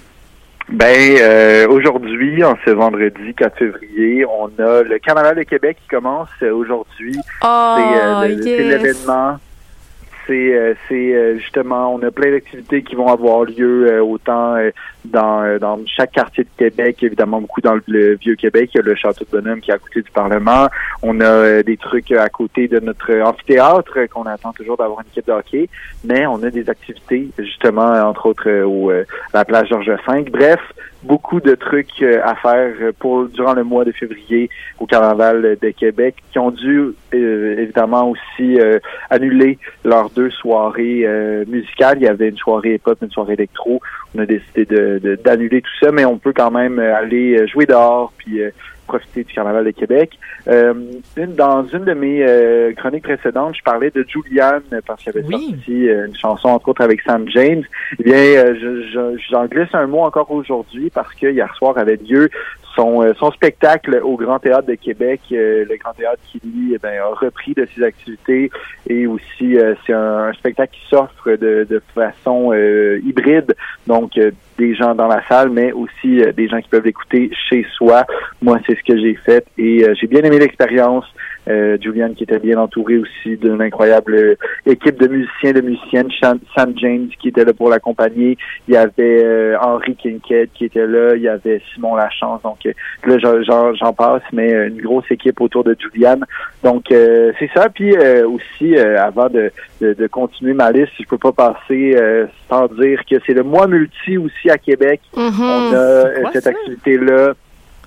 Ben, euh, aujourd'hui, en ce vendredi quatre février, on a le Carnaval de Québec qui commence euh, aujourd'hui. Oh, c'est, euh, le, yes. c'est l'événement. C'est, euh, c'est euh, justement, on a plein d'activités qui vont avoir lieu euh, autant euh, dans euh, dans chaque quartier de Québec, évidemment beaucoup dans le, le Vieux-Québec. Il y a le Château de Bonhomme qui est à côté du Parlement. On a euh, des trucs à côté de notre amphithéâtre euh, qu'on attend toujours d'avoir une équipe de hockey. Mais on a des activités, justement, entre autres euh, au euh, à la plage Georges V. Bref, beaucoup de trucs euh, à faire pour durant le mois de février au Carnaval de Québec qui ont dû euh, évidemment aussi euh, annuler leurs deux soirées euh, musicales. Il y avait une soirée hip-hop, une soirée électro. On a décidé de, de d'annuler tout ça, mais on peut quand même aller jouer dehors puis euh, profiter du Carnaval de Québec. Euh, une, dans une de mes euh, chroniques précédentes, je parlais de Julianne parce qu'il avait oui. sorti euh, une chanson entre autres avec Sam James. Eh bien, euh, je, je, j'en glisse un mot encore aujourd'hui parce que hier soir avait lieu son euh, son spectacle au Grand Théâtre de Québec, euh, le Grand Théâtre qui lui eh bien, a repris de ses activités et aussi euh, c'est un, un spectacle qui s'offre de, de façon euh, hybride, donc euh, des gens dans la salle, mais aussi euh, des gens qui peuvent l'écouter chez soi. Moi, c'est ce que j'ai fait et euh, j'ai bien aimé l'expérience. Euh, Julianne qui était bien entourée aussi d'une incroyable euh, équipe de musiciens, de musiciennes. Sam James qui était là pour l'accompagner. Il y avait euh, Henri Kincaid qui était là. Il y avait Simon Lachance. Donc euh, là, j'en, j'en passe, mais euh, une grosse équipe autour de Julianne. Donc euh, c'est ça. Puis euh, aussi, euh, avant de, de, de continuer ma liste, je peux pas passer euh, sans dire que c'est le mois multi aussi à Québec. Mm-hmm. On a euh, cette activité-là.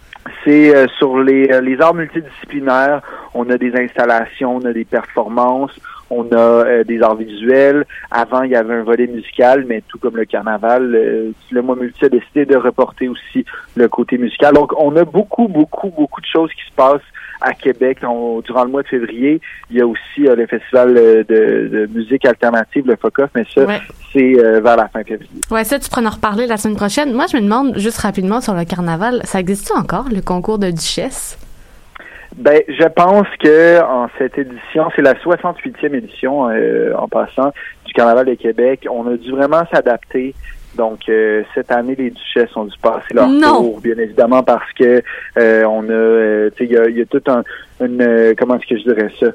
C'est euh, sur les, euh, les arts multidisciplinaires. On a des installations, on a des performances, on a euh, des arts visuels. Avant, il y avait un volet musical, mais tout comme le carnaval, euh, le mois multi a décidé de reporter aussi le côté musical. Donc, on a beaucoup, beaucoup, beaucoup de choses qui se passent à Québec on, durant le mois de février. Il y a aussi euh, le festival de, de musique alternative, le F O C O F, mais ça, ouais. c'est euh, vers la fin février. Ouais, ça, tu pourras en reparler la semaine prochaine. Moi, je me demande, juste rapidement sur le carnaval, ça existe encore, le concours de duchesse? Ben, je pense que en cette édition, c'est la soixante-huitième édition euh, en passant du Carnaval de Québec. On a dû vraiment s'adapter. Donc euh, cette année, les duchesses ont dû passer leur non. tour, bien évidemment, parce que euh, on a, euh, tu sais, il y a, y a tout un, une, euh, comment est-ce que je dirais ça,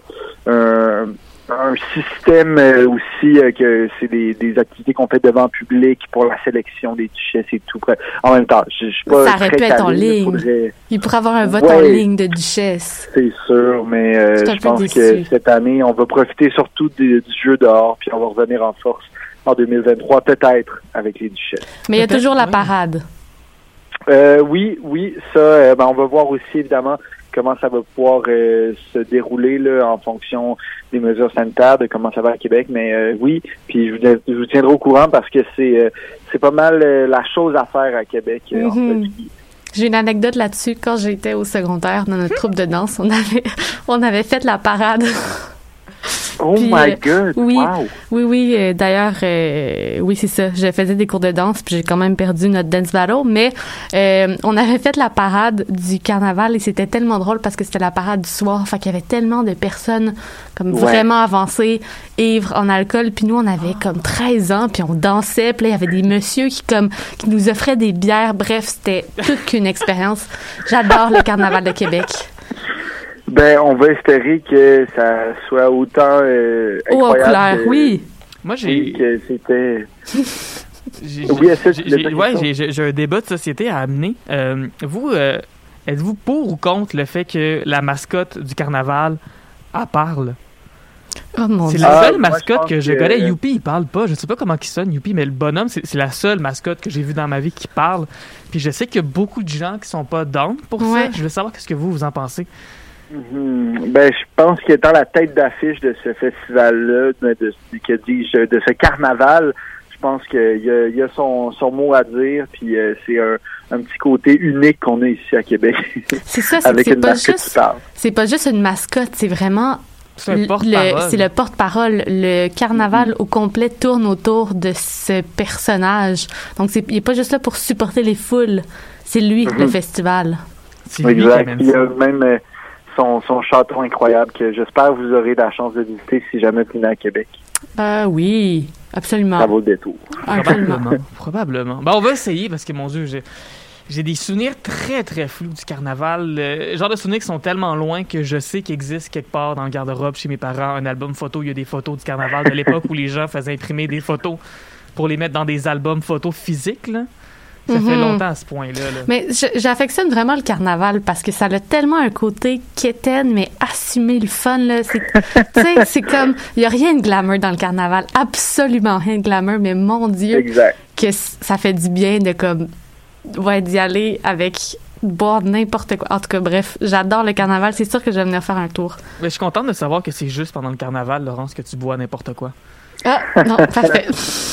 un, un système euh, aussi euh, que c'est des, des activités qu'on fait devant le public pour la sélection des duchesses et tout. En même temps, je, je suis pas ça aurait très pu être en calé, ligne. Faudrait... Il pourrait avoir un vote ouais, en ligne de duchesse. C'est sûr, mais euh, je pense déçu. que cette année, on va profiter surtout du, du jeu dehors, puis on va revenir en force en deux mille vingt-trois, peut-être, avec les duchesses. Mais il y a toujours la parade. Euh, oui, oui, ça, euh, ben, on va voir aussi, évidemment, comment ça va pouvoir euh, se dérouler là, en fonction des mesures sanitaires, de comment ça va à Québec. Mais euh, oui, puis je vous, je vous tiendrai au courant parce que c'est euh, c'est pas mal euh, la chose à faire à Québec. Euh, mm-hmm. en fait. J'ai une anecdote là-dessus. Quand j'étais au secondaire, dans notre troupe de danse, on avait, on avait fait la parade. Oh puis, my euh, God! Oui, wow. oui, oui. Euh, d'ailleurs, euh, oui, c'est ça. Je faisais des cours de danse, puis j'ai quand même perdu notre dance battle. Mais euh, on avait fait la parade du carnaval et c'était tellement drôle parce que c'était la parade du soir. Fait qu'il y avait tellement de personnes comme ouais. vraiment avancées, ivres en alcool. Puis nous, on avait comme treize ans, puis on dansait. Puis là, il y avait des messieurs qui comme qui nous offraient des bières. Bref, c'était toute qu'une expérience. J'adore le carnaval de Québec. Ben, on va espérer que ça soit autant euh, incroyable. Oh, en couleur, que, oui. Moi, j'ai... Oui, que c'était... j'ai, oui, j'ai, j'ai, ouais, j'ai, j'ai, j'ai un débat de société à amener. Euh, vous, euh, êtes-vous pour ou contre le fait que la mascotte du carnaval, elle parle? Oh mon c'est Dieu. la seule ah, mascotte moi, je que je que... connais. Youpi, il parle pas. Je sais pas comment il sonne, Youpi, mais le bonhomme, c'est, c'est la seule mascotte que j'ai vue dans ma vie qui parle. Puis je sais qu'il y a beaucoup de gens qui sont pas down pour ouais. ça. Je veux savoir qu'est-ce que vous, vous en pensez. Mmh. Ben, je pense que dans la tête d'affiche de ce festival-là, de, de, que dis-je, de ce carnaval, je pense qu'il y a, il y a son, son mot à dire, puis euh, c'est un, un petit côté unique qu'on a ici à Québec. C'est ça, c'est avec que c'est une pas mascotte juste, qui parle. c'est pas juste une mascotte, c'est vraiment C'est un le- porte-parole. le- c'est le porte-parole. Le carnaval au complet tourne autour de ce personnage. Donc, c'est, il est pas juste là pour supporter les foules. C'est lui, Mhm. le festival. C'est lui qui Exact. amène Il y ça. a même euh, son, son château incroyable que j'espère que vous aurez la chance de visiter si jamais vous venez à Québec. Euh, oui, Ça absolument. vaut le détour. Absolument. Probablement. Probablement. Ben, on va essayer parce que, mon Dieu, j'ai, j'ai des souvenirs très, très flous du carnaval. Le genre de souvenirs qui sont tellement loin que je sais qu'il existe quelque part dans le garde-robe chez mes parents un album photo. Il y a des photos du carnaval de l'époque où les gens faisaient imprimer des photos pour les mettre dans des albums photos physiques, là. Ça fait Mhm. longtemps à ce point-là. là. Mais je- j'affectionne vraiment le carnaval parce que ça a tellement un côté quétaine, mais assumé le fun, là. C'est, tu sais, c'est comme, il y a rien de glamour dans le carnaval. Absolument rien de glamour, mais mon Dieu, Exact. que c- ça fait du bien de comme, ouais, d'y aller avec, boire n'importe quoi. En tout cas, bref, j'adore le carnaval. C'est sûr que je vais venir faire un tour. Mais je suis contente de savoir que c'est juste pendant le carnaval, Laurence, que tu bois n'importe quoi. Ah, non, parfait.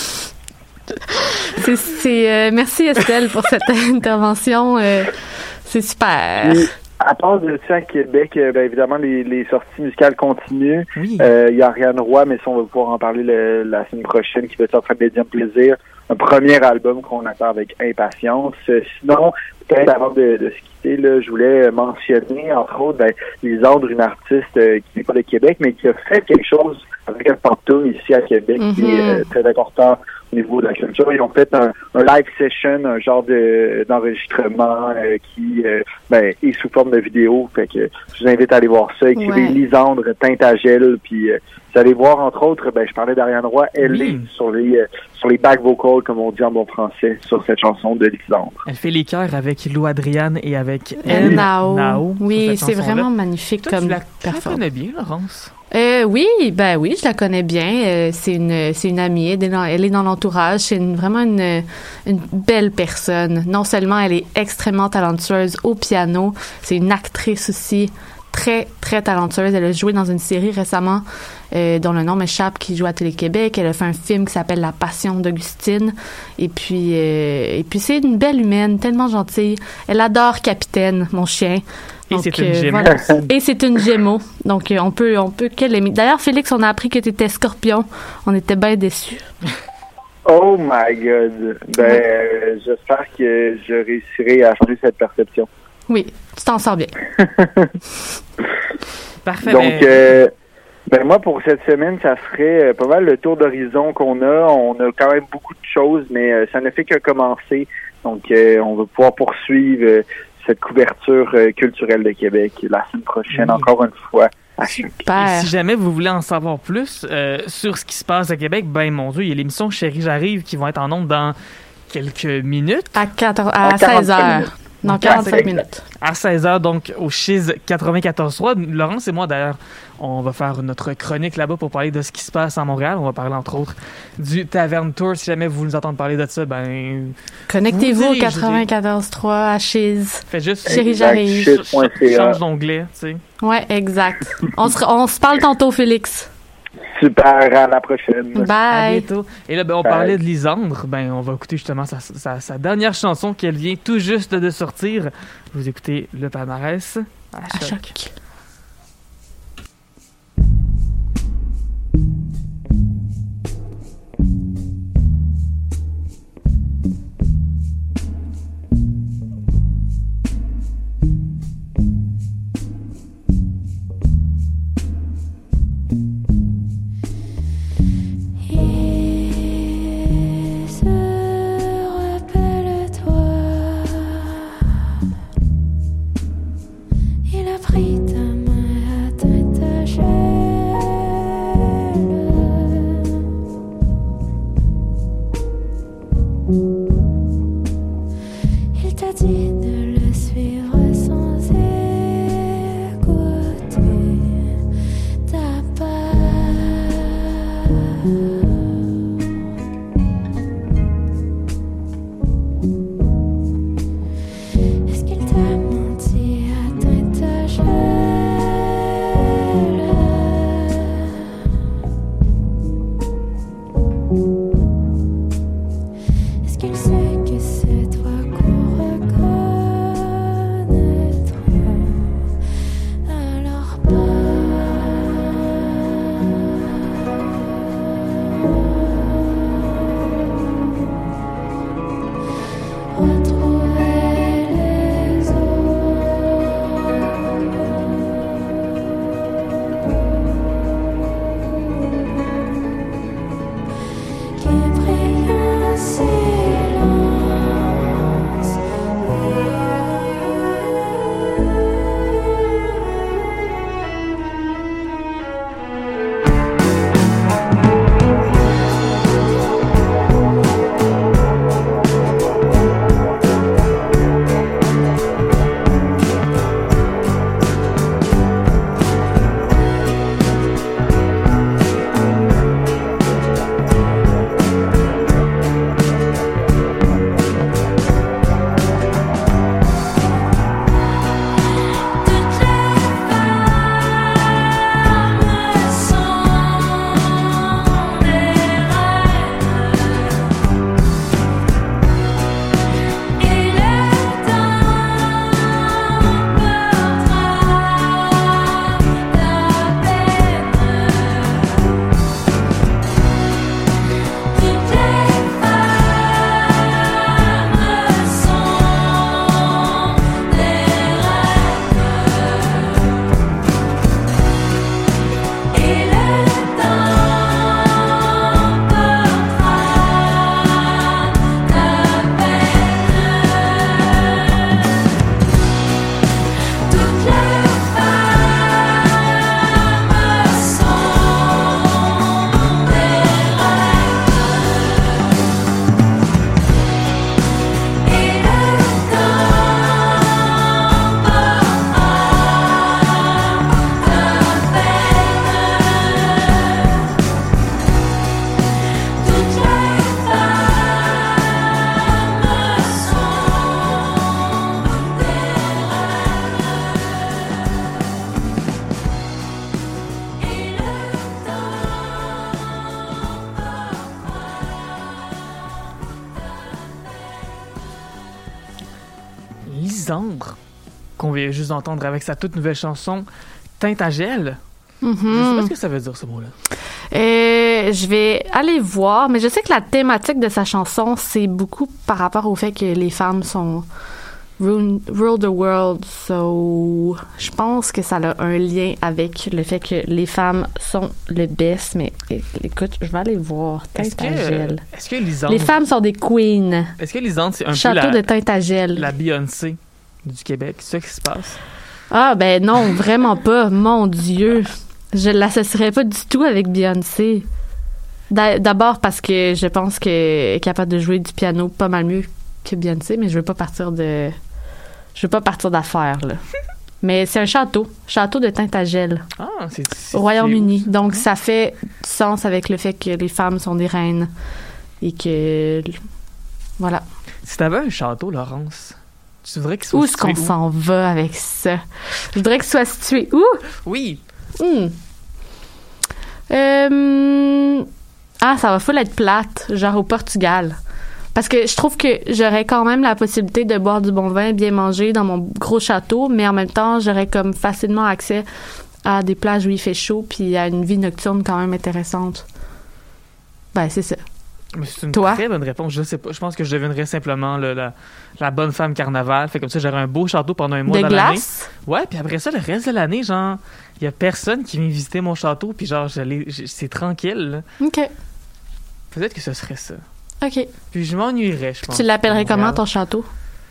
C'est, c'est, euh, merci Estelle pour cette intervention. euh, c'est super. Puis, à part de ça, à Québec, euh, ben, évidemment, les, les sorties musicales continuent. Oui. Euh, Il y a Ariane Roy, mais ça, on va pouvoir en parler le- la semaine prochaine, qui va sortir de Médium Plaisir. Un premier album qu'on attend avec impatience. Euh, sinon, peut-être avant de, de se quitter, là, je voulais mentionner, entre autres, ben, Lisandre, une artiste euh, qui n'est pas de Québec, mais qui a fait quelque chose avec un fantôme ici à Québec, qui est euh, très important au niveau de la culture. Ils ont fait un, un live session, un genre de d'enregistrement euh, qui euh, ben, est sous forme de vidéo. Fait que je vous invite à aller voir ça. Écrivez Ouais. Lisandre, teinte à gel, puis euh, vous allez voir, entre autres, ben, je parlais d'Ariane Roy, elle Oui. est sur les euh, sur les back vocals, comme on dit en bon français, sur cette chanson de Lisandre. Elle fait les chœurs avec Lou Adriane et avec El El Nao. Nao sur Oui, cette c'est chanson-là. vraiment magnifique Toi, tu comme la, tu la performance. connais bien, Laurence? Euh, oui, ben oui, je la connais bien. Euh, c'est une, c'est une amie. Elle est dans, elle est dans l'entourage. C'est une, vraiment une, une belle personne. Non seulement elle est extrêmement talentueuse au piano, c'est une actrice aussi très très talentueuse. Elle a joué dans une série récemment euh, dont le nom m'échappe, qui joue à Télé-Québec. Elle a fait un film qui s'appelle La Passion d'Augustine. Et puis euh, et puis c'est une belle humaine, tellement gentille. Elle adore Capitaine, mon chien. Et Donc, c'est une euh, Gémeaux voilà. aussi. Et c'est une Gémeaux. Donc, euh, on peut, on peut qu'elle aimer. D'ailleurs, Félix, on a appris que tu étais Scorpion. On était bien déçus. Oh my God! Ben, euh, j'espère que je réussirai à changer cette perception. Oui, tu t'en sors bien. Parfait. Donc, mais- euh, ben moi, pour cette semaine, ça serait euh, pas mal le tour d'horizon qu'on a. On a quand même beaucoup de choses, mais euh, ça ne fait que commencer. Donc, euh, on va pouvoir poursuivre euh, cette couverture euh, culturelle de Québec la semaine prochaine, Oui. encore une fois. À Choc. Et Super. si jamais vous voulez en savoir plus euh, sur ce qui se passe à Québec, ben mon Dieu, il y a l'émission Chérie J'arrive qui va être en ondes dans quelques minutes. À, quatorze, à À quarante-cinq seize heures. minutes. Non, quarante-cinq Exact. minutes. À seize heures, donc au Chiz quatre-vingt-quatorze trois. Laurence et moi, d'ailleurs, on va faire notre chronique là-bas pour parler de ce qui se passe à Montréal. On va parler, entre autres, du Taverne Tour. Si jamais vous nous entendez parler de ça, ben, Connectez-vous Vous au dirigerez. quatre-vingt-quatorze trois à Chiz. faites juste Chérie, Exact. j'arrive. Chiz point C A. change d'onglet, tu sais. Ouais, exact. on, se, on se parle tantôt, Félix. Super, à la prochaine. À Bye. bientôt. Et là, ben, on Bye. parlait de Lisandre. Ben, on va écouter justement sa, sa, sa dernière chanson qu'elle vient tout juste de sortir. Vous écoutez le palmarès à À Choc. choc. Et se rappelle-toi, il a pris ta Lisandre, qu'on vient juste d'entendre avec sa toute nouvelle chanson Tintagel. Mm-hmm. Je sais pas ce que ça veut dire, ce mot-là. Euh, je vais aller voir, mais je sais que la thématique de sa chanson, c'est beaucoup par rapport au fait que les femmes sont rule, rule the world. So, je pense que ça a un lien avec le fait que les femmes sont le best. Mais écoute, je vais aller voir. Tintagel. Est-ce que, est-ce que Lisandre... Les femmes sont des queens. Est-ce que Lisandre, c'est un Château peu la, de Tintagel. la Beyoncé du Québec? C'est ça qui se passe? Ah, ben non, vraiment pas. Mon Dieu. Je l'associerais pas du tout avec Beyoncé. D'abord parce que je pense qu'elle est capable de jouer du piano pas mal mieux que Beyoncé, mais je veux pas partir de... Je veux pas partir d'affaires, là. Mais c'est un château. Château de Tintagel. Ah, c'est... c'est au Royaume-Uni. c'est Donc, ça fait du sens avec le fait que les femmes sont des reines. Et que... Voilà. Si t'avais un château, Laurence, tu voudrais qu'il soit où est-ce qu'on où? s'en va avec ça? Je voudrais qu'il soit situé où? Oui. Hmm. Euh... Ah, ça va full être plate, genre au Portugal. Parce que je trouve que j'aurais quand même la possibilité de boire du bon vin, bien manger dans mon gros château, mais en même temps, j'aurais comme facilement accès à des plages où il fait chaud puis à une vie nocturne quand même intéressante. Ben, c'est ça. Mais c'est une Toi? très bonne réponse. Je sais pas. Je pense que je deviendrais simplement le- la, la bonne femme carnaval. Fait comme ça, j'aurais un beau château pendant un mois De dans l'année. glace? Ouais, puis après ça, le reste de l'année, genre, il y a personne qui vient visiter mon château, puis genre, je l'ai- je- c'est tranquille. là. OK. Peut-être que ce serait ça. OK. Puis je m'ennuierais, je pense. Tu l'appellerais Montréal. comment, ton château?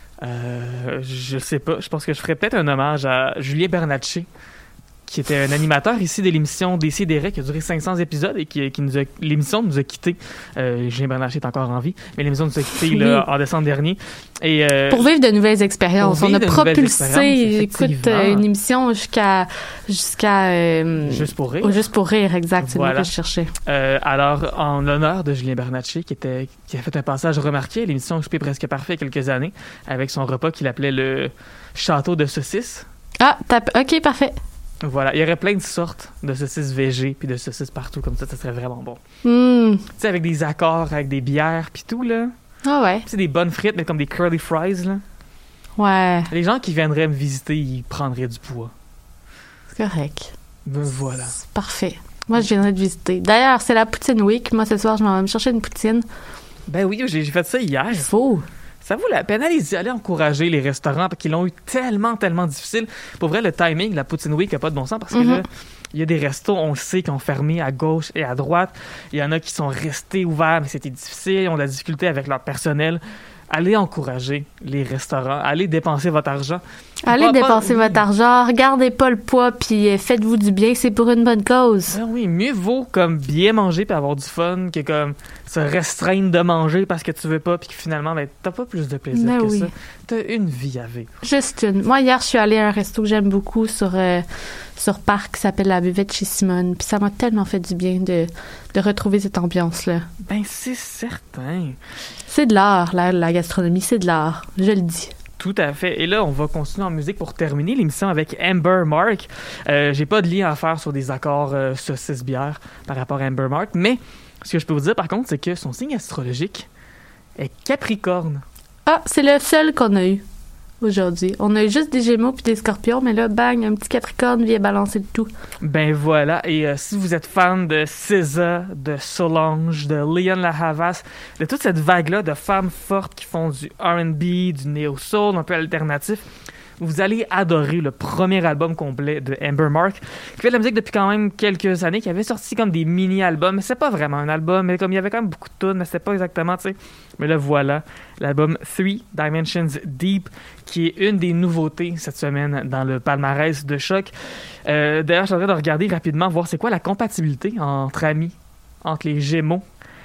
Euh, je sais pas. Je pense que je ferais peut-être un hommage à Julien Bernatchez, qui était un animateur ici de l'émission Décideret, qui a duré cinq cents épisodes et qui, qui nous a, l'émission nous a quittés. Euh, Julien Bernatchez est encore en vie, mais l'émission nous a quittés là, en décembre dernier. Et, euh, Pour vivre de nouvelles expériences. pour On a vivre de nouvelles propulsé, expériences, écoute, effectivement. euh, une émission jusqu'à... jusqu'à euh, Juste pour rire. au Juste pour rire, exact. C'est Voilà. le mot que je cherchais. Euh, alors, en l'honneur de Julien Bernatchez, qui, était, qui a fait un passage remarqué à l'émission Souper presque parfait il y a quelques années, avec son repas qu'il appelait le château de saucisses. Ah, tape. OK, parfait. Voilà, il y aurait plein de sortes de saucisses végé puis de saucisses partout, comme ça, ça serait vraiment bon. Hmm. Tu sais, avec des accords, avec des bières puis tout, là. Ah ouais. Tu sais, des bonnes frites, mais comme des curly fries, là. Ouais, Les gens qui viendraient me visiter, ils prendraient du poids. c'est correct. Ben voilà. C'est parfait. Moi, je viendrai te visiter. D'ailleurs, c'est la Poutine Week. Moi, ce soir, je m'en vais me chercher une poutine. Ben oui, j'ai j'ai fait ça hier. Il faut. Ça vaut la peine. Allez-y, allez encourager les restaurants parce qu'ils l'ont eu tellement, tellement difficile. Pour vrai, le timing, la Poutine Week n'a pas de bon sens parce que Mhm. là, il y a des restos, on le sait, qui ont fermé à gauche et à droite. Il y en a qui sont restés ouverts, mais c'était difficile. Ils ont de la difficulté avec leur personnel. Allez encourager les restaurants. Allez dépenser votre argent. Allez Pas- pas- dépenser votre argent. Regardez pas le poids, puis euh, faites-vous du bien. C'est pour une bonne cause. Ah oui, mieux vaut comme bien manger puis avoir du fun que comme se restreindre de manger parce que tu veux pas puis que finalement ben, t'as pas plus de plaisir Ben que oui. ça. T'as une vie à vivre. Juste une. Moi, hier, je suis allée à un resto que j'aime beaucoup sur, euh, sur Parc qui s'appelle La Buvette chez Simone. Puis ça m'a tellement fait du bien de, de retrouver cette ambiance-là. Ben c'est certain. C'est de l'art, la, la gastronomie, c'est de l'art. Je le dis. Tout à fait. Et là, on va continuer en musique pour terminer l'émission avec Amber Mark. Euh, j'ai pas de lien à faire sur des accords euh, saucisse-bière par rapport à Amber Mark, mais ce que je peux vous dire par contre, c'est que son signe astrologique est Capricorne. Ah, c'est le seul qu'on a eu aujourd'hui. On a eu juste des Gémeaux puis des Scorpions, mais là, bang, un petit Capricorne vient balancer le tout. Ben voilà, et euh, si vous êtes fan de S Z A, de Solange, de Leon La Havas, de toute cette vague-là de femmes fortes qui font du R and B, du néo-soul, un peu alternatif, vous allez adorer le premier album complet de Amber Mark, qui fait de la musique depuis quand même quelques années, qui avait sorti comme des mini-albums, mais c'est pas vraiment un album, mais comme il y avait quand même beaucoup de tunes, mais c'était pas exactement, tu sais. Mais là, voilà, l'album Three Dimensions Deep, qui est une des nouveautés cette semaine dans le palmarès de Choc. Euh, d'ailleurs, je suis en train de regarder rapidement, voir c'est quoi la compatibilité entre amis, entre les Gémeaux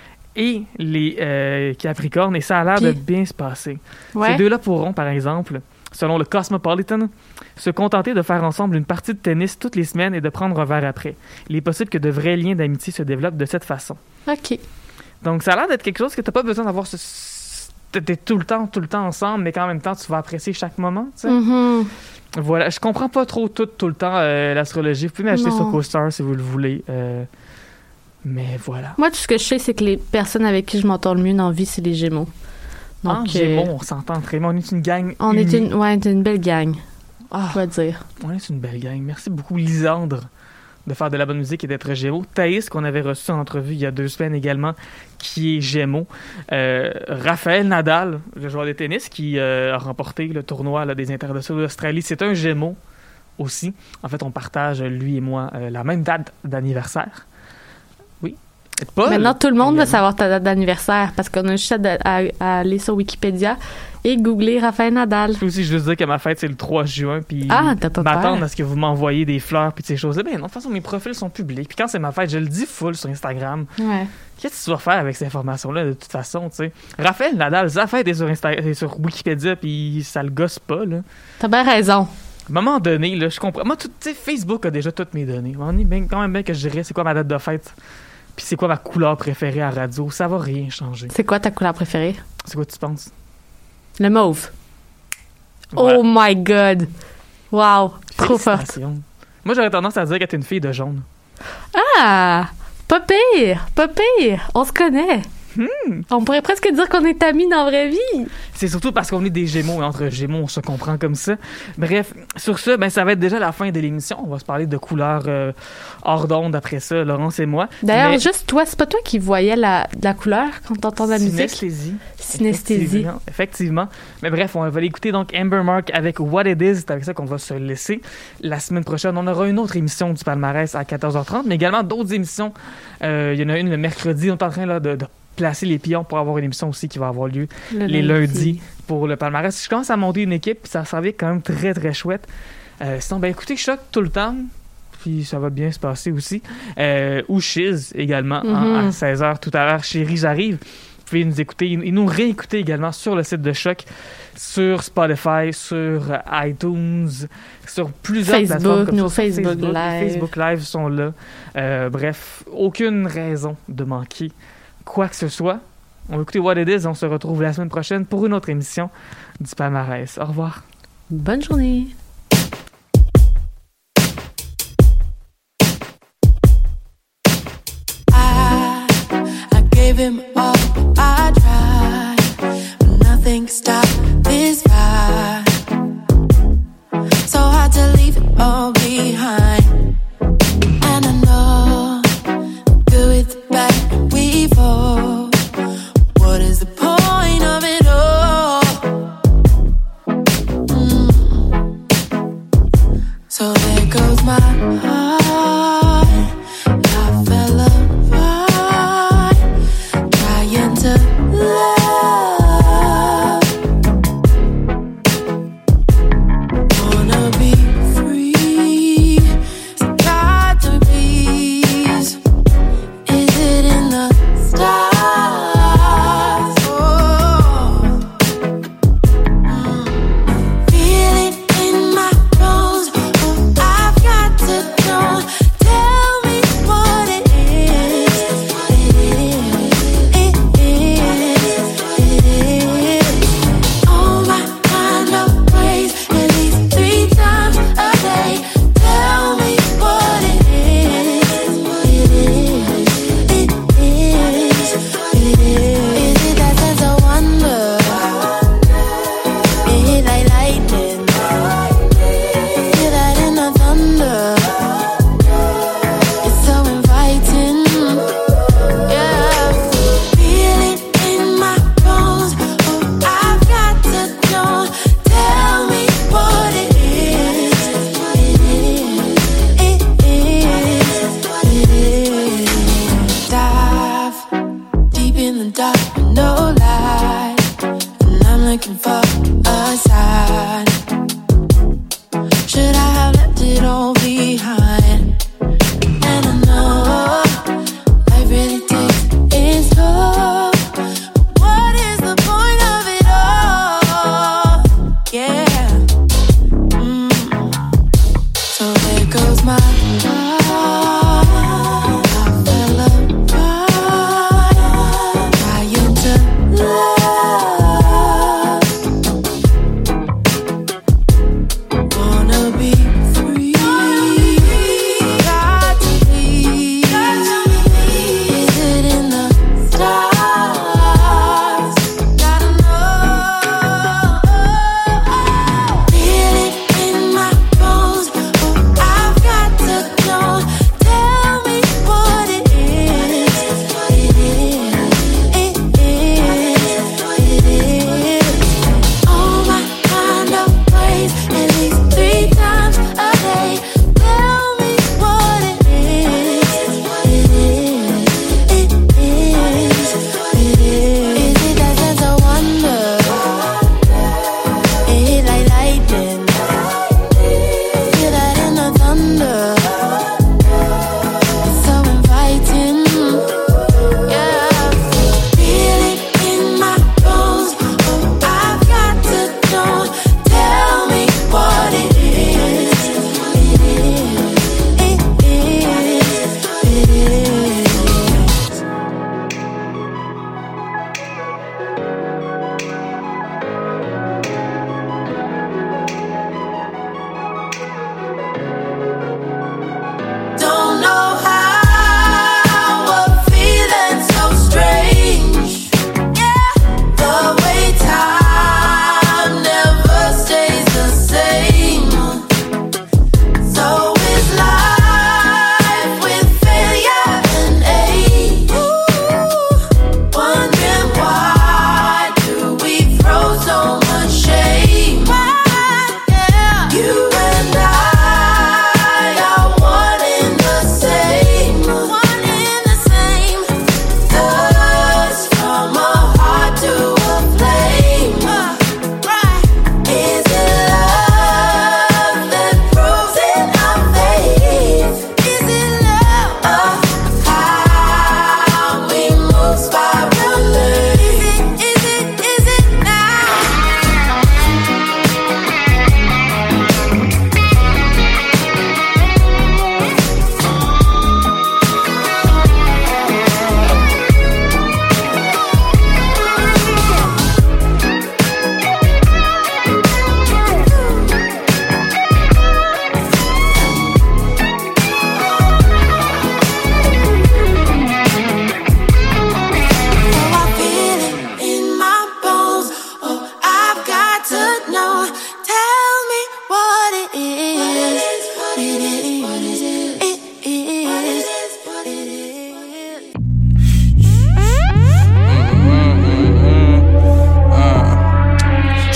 et les euh, Capricornes, et ça a l'air Puis- de bien se passer. Ouais. Ces deux-là pourront, par exemple, selon le Cosmopolitan, se contenter de faire ensemble une partie de tennis toutes les semaines et de prendre un verre après. Il est possible que de vrais liens d'amitié se développent de cette façon. OK. Donc, ça a l'air d'être quelque chose que tu n'as pas besoin d'avoir ce... ce- t'es tout le temps, tout le temps ensemble, mais qu'en même temps, tu vas apprécier chaque moment, tu sais. Mhm. Voilà, je comprends pas trop tout, tout le temps euh, l'astrologie. Vous pouvez m'acheter Non. sur CoStar si vous le voulez. euh, Mais voilà. Moi, tout ce que je sais, c'est que les personnes avec qui je m'entends le mieux dans la vie, c'est les Gémeaux. En Donc, Gémeaux, euh, on s'entend très bien. On est une gang on unie. est une, ouais, une belle gang, Ah, je dois dire. on est une belle gang. Merci beaucoup, Lisandre, de faire de la bonne musique et d'être Gémeaux. Thaïs, qu'on avait reçu en entrevue il y a deux semaines également, qui est Gémeaux. Euh, Raphaël Nadal, le joueur de tennis, qui euh, a remporté le tournoi là, des internationaux d'Australie. C'est un Gémeaux aussi. En fait, on partage, lui et moi, euh, la même date d'anniversaire. Oui. Et Paul, Maintenant, tout le monde également. veut savoir ta date d'anniversaire parce qu'on a juste à, à- à aller sur Wikipédia et googler Raphaël Nadal. Puis aussi, je veux dire que ma fête, c'est le trois juin, puis Ah, t'as pas m'attendre peur. à ce que vous m'envoyez des fleurs puis de ces choses-là. Ben non, de toute façon, mes profils sont publics. Puis quand c'est ma fête, je le dis full sur Instagram. Ouais. Qu'est-ce que tu vas faire avec ces informations-là, de toute façon, tu sais? Raphaël Nadal, sa fête est sur, Insta- est sur Wikipédia, puis ça le gosse pas, là. T'as bien raison. À un moment donné, là, je comprends. Moi, tout- tu sais, Facebook a déjà toutes mes données. On est bien, quand même bien que je dirais c'est quoi ma date de fête, puis c'est quoi ma couleur préférée à radio. Ça va rien changer. C'est quoi ta couleur préférée? C'est quoi tu penses? Le mauve. Voilà. Oh my God. Wow. Trop forte. Félicitations. Moi, j'aurais tendance à dire que t'es une fille de jaune. Ah! Pas pire. Pas pire. On se connaît. Hmm. On pourrait presque dire qu'on est amis dans la vraie vie. C'est surtout parce qu'on est des Gémeaux et entre Gémeaux, on se comprend comme ça. Bref, sur ce, ben, ça va être déjà la fin de l'émission. On va se parler de couleurs euh, hors d'onde après ça, Laurence et moi. D'ailleurs, Mais- juste toi, c'est pas toi qui voyais la, la couleur quand t'entends la musique? Synesthésie. Synesthésie. Effectivement, effectivement. Mais bref, on va l'écouter donc Amber Mark avec What It Is. C'est avec ça qu'on va se laisser. La semaine prochaine, on aura une autre émission du palmarès à quatorze heures trente, mais également d'autres émissions. Euh, Il y en a une le mercredi. On est en train là, de, de placer les pions pour avoir une émission aussi qui va avoir lieu Le les lundi. lundis pour le palmarès. Je commence à monter une équipe, puis ça s'en vient quand même très, très chouette. Euh, sinon, ben écoutez, Choc tout le temps, puis ça va bien se passer aussi. Euh, ou Chiz également, hein, Mhm. à seize heures tout à l'heure. Chérie, j'arrive. Vous pouvez nous écouter et nous réécouter également sur le site de Choc, sur Spotify, sur iTunes, sur plusieurs Facebook, plateformes comme nos ça. Sur Facebook les Live. Facebook Live sont là. Euh, bref, aucune raison de manquer quoi que ce soit. On va écouter What It Is. On se retrouve la semaine prochaine pour une autre émission du palmarès. Au revoir. Bonne journée. I, I gave him all I tried, but nothing stopped this fight. So hard to leave it all behind. And I know, good with the bad, we fall. What is the point of it all? Mm. So there goes my heart. I fell apart.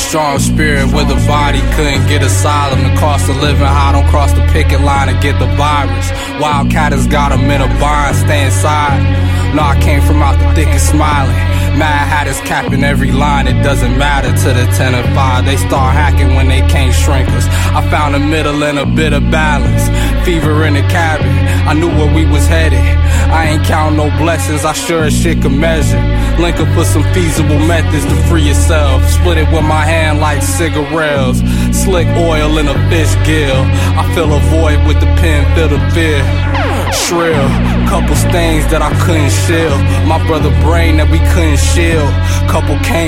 strong spirit with a body, couldn't get asylum. The cost of living high, don't cross the picket line and get the virus. Wildcat has got him in a bind, stay inside. No, I came from out the thick and smiling. Mad Hatters capping every line, it doesn't matter to the ten and five. They start hacking when they can't shrink us. I found a middle and a bit of balance. Fever in the cabin, I knew where we was headed. I ain't count no blessings, I sure as shit can measure. Link up for some feasible methods to free yourself. Split it with my hand like cigarettes. Slick oil in a fish gill. I fill a void with the pen, fill the fear. Shrill, couple stains that I couldn't shield. My brother brain that we couldn't shield. Couple cane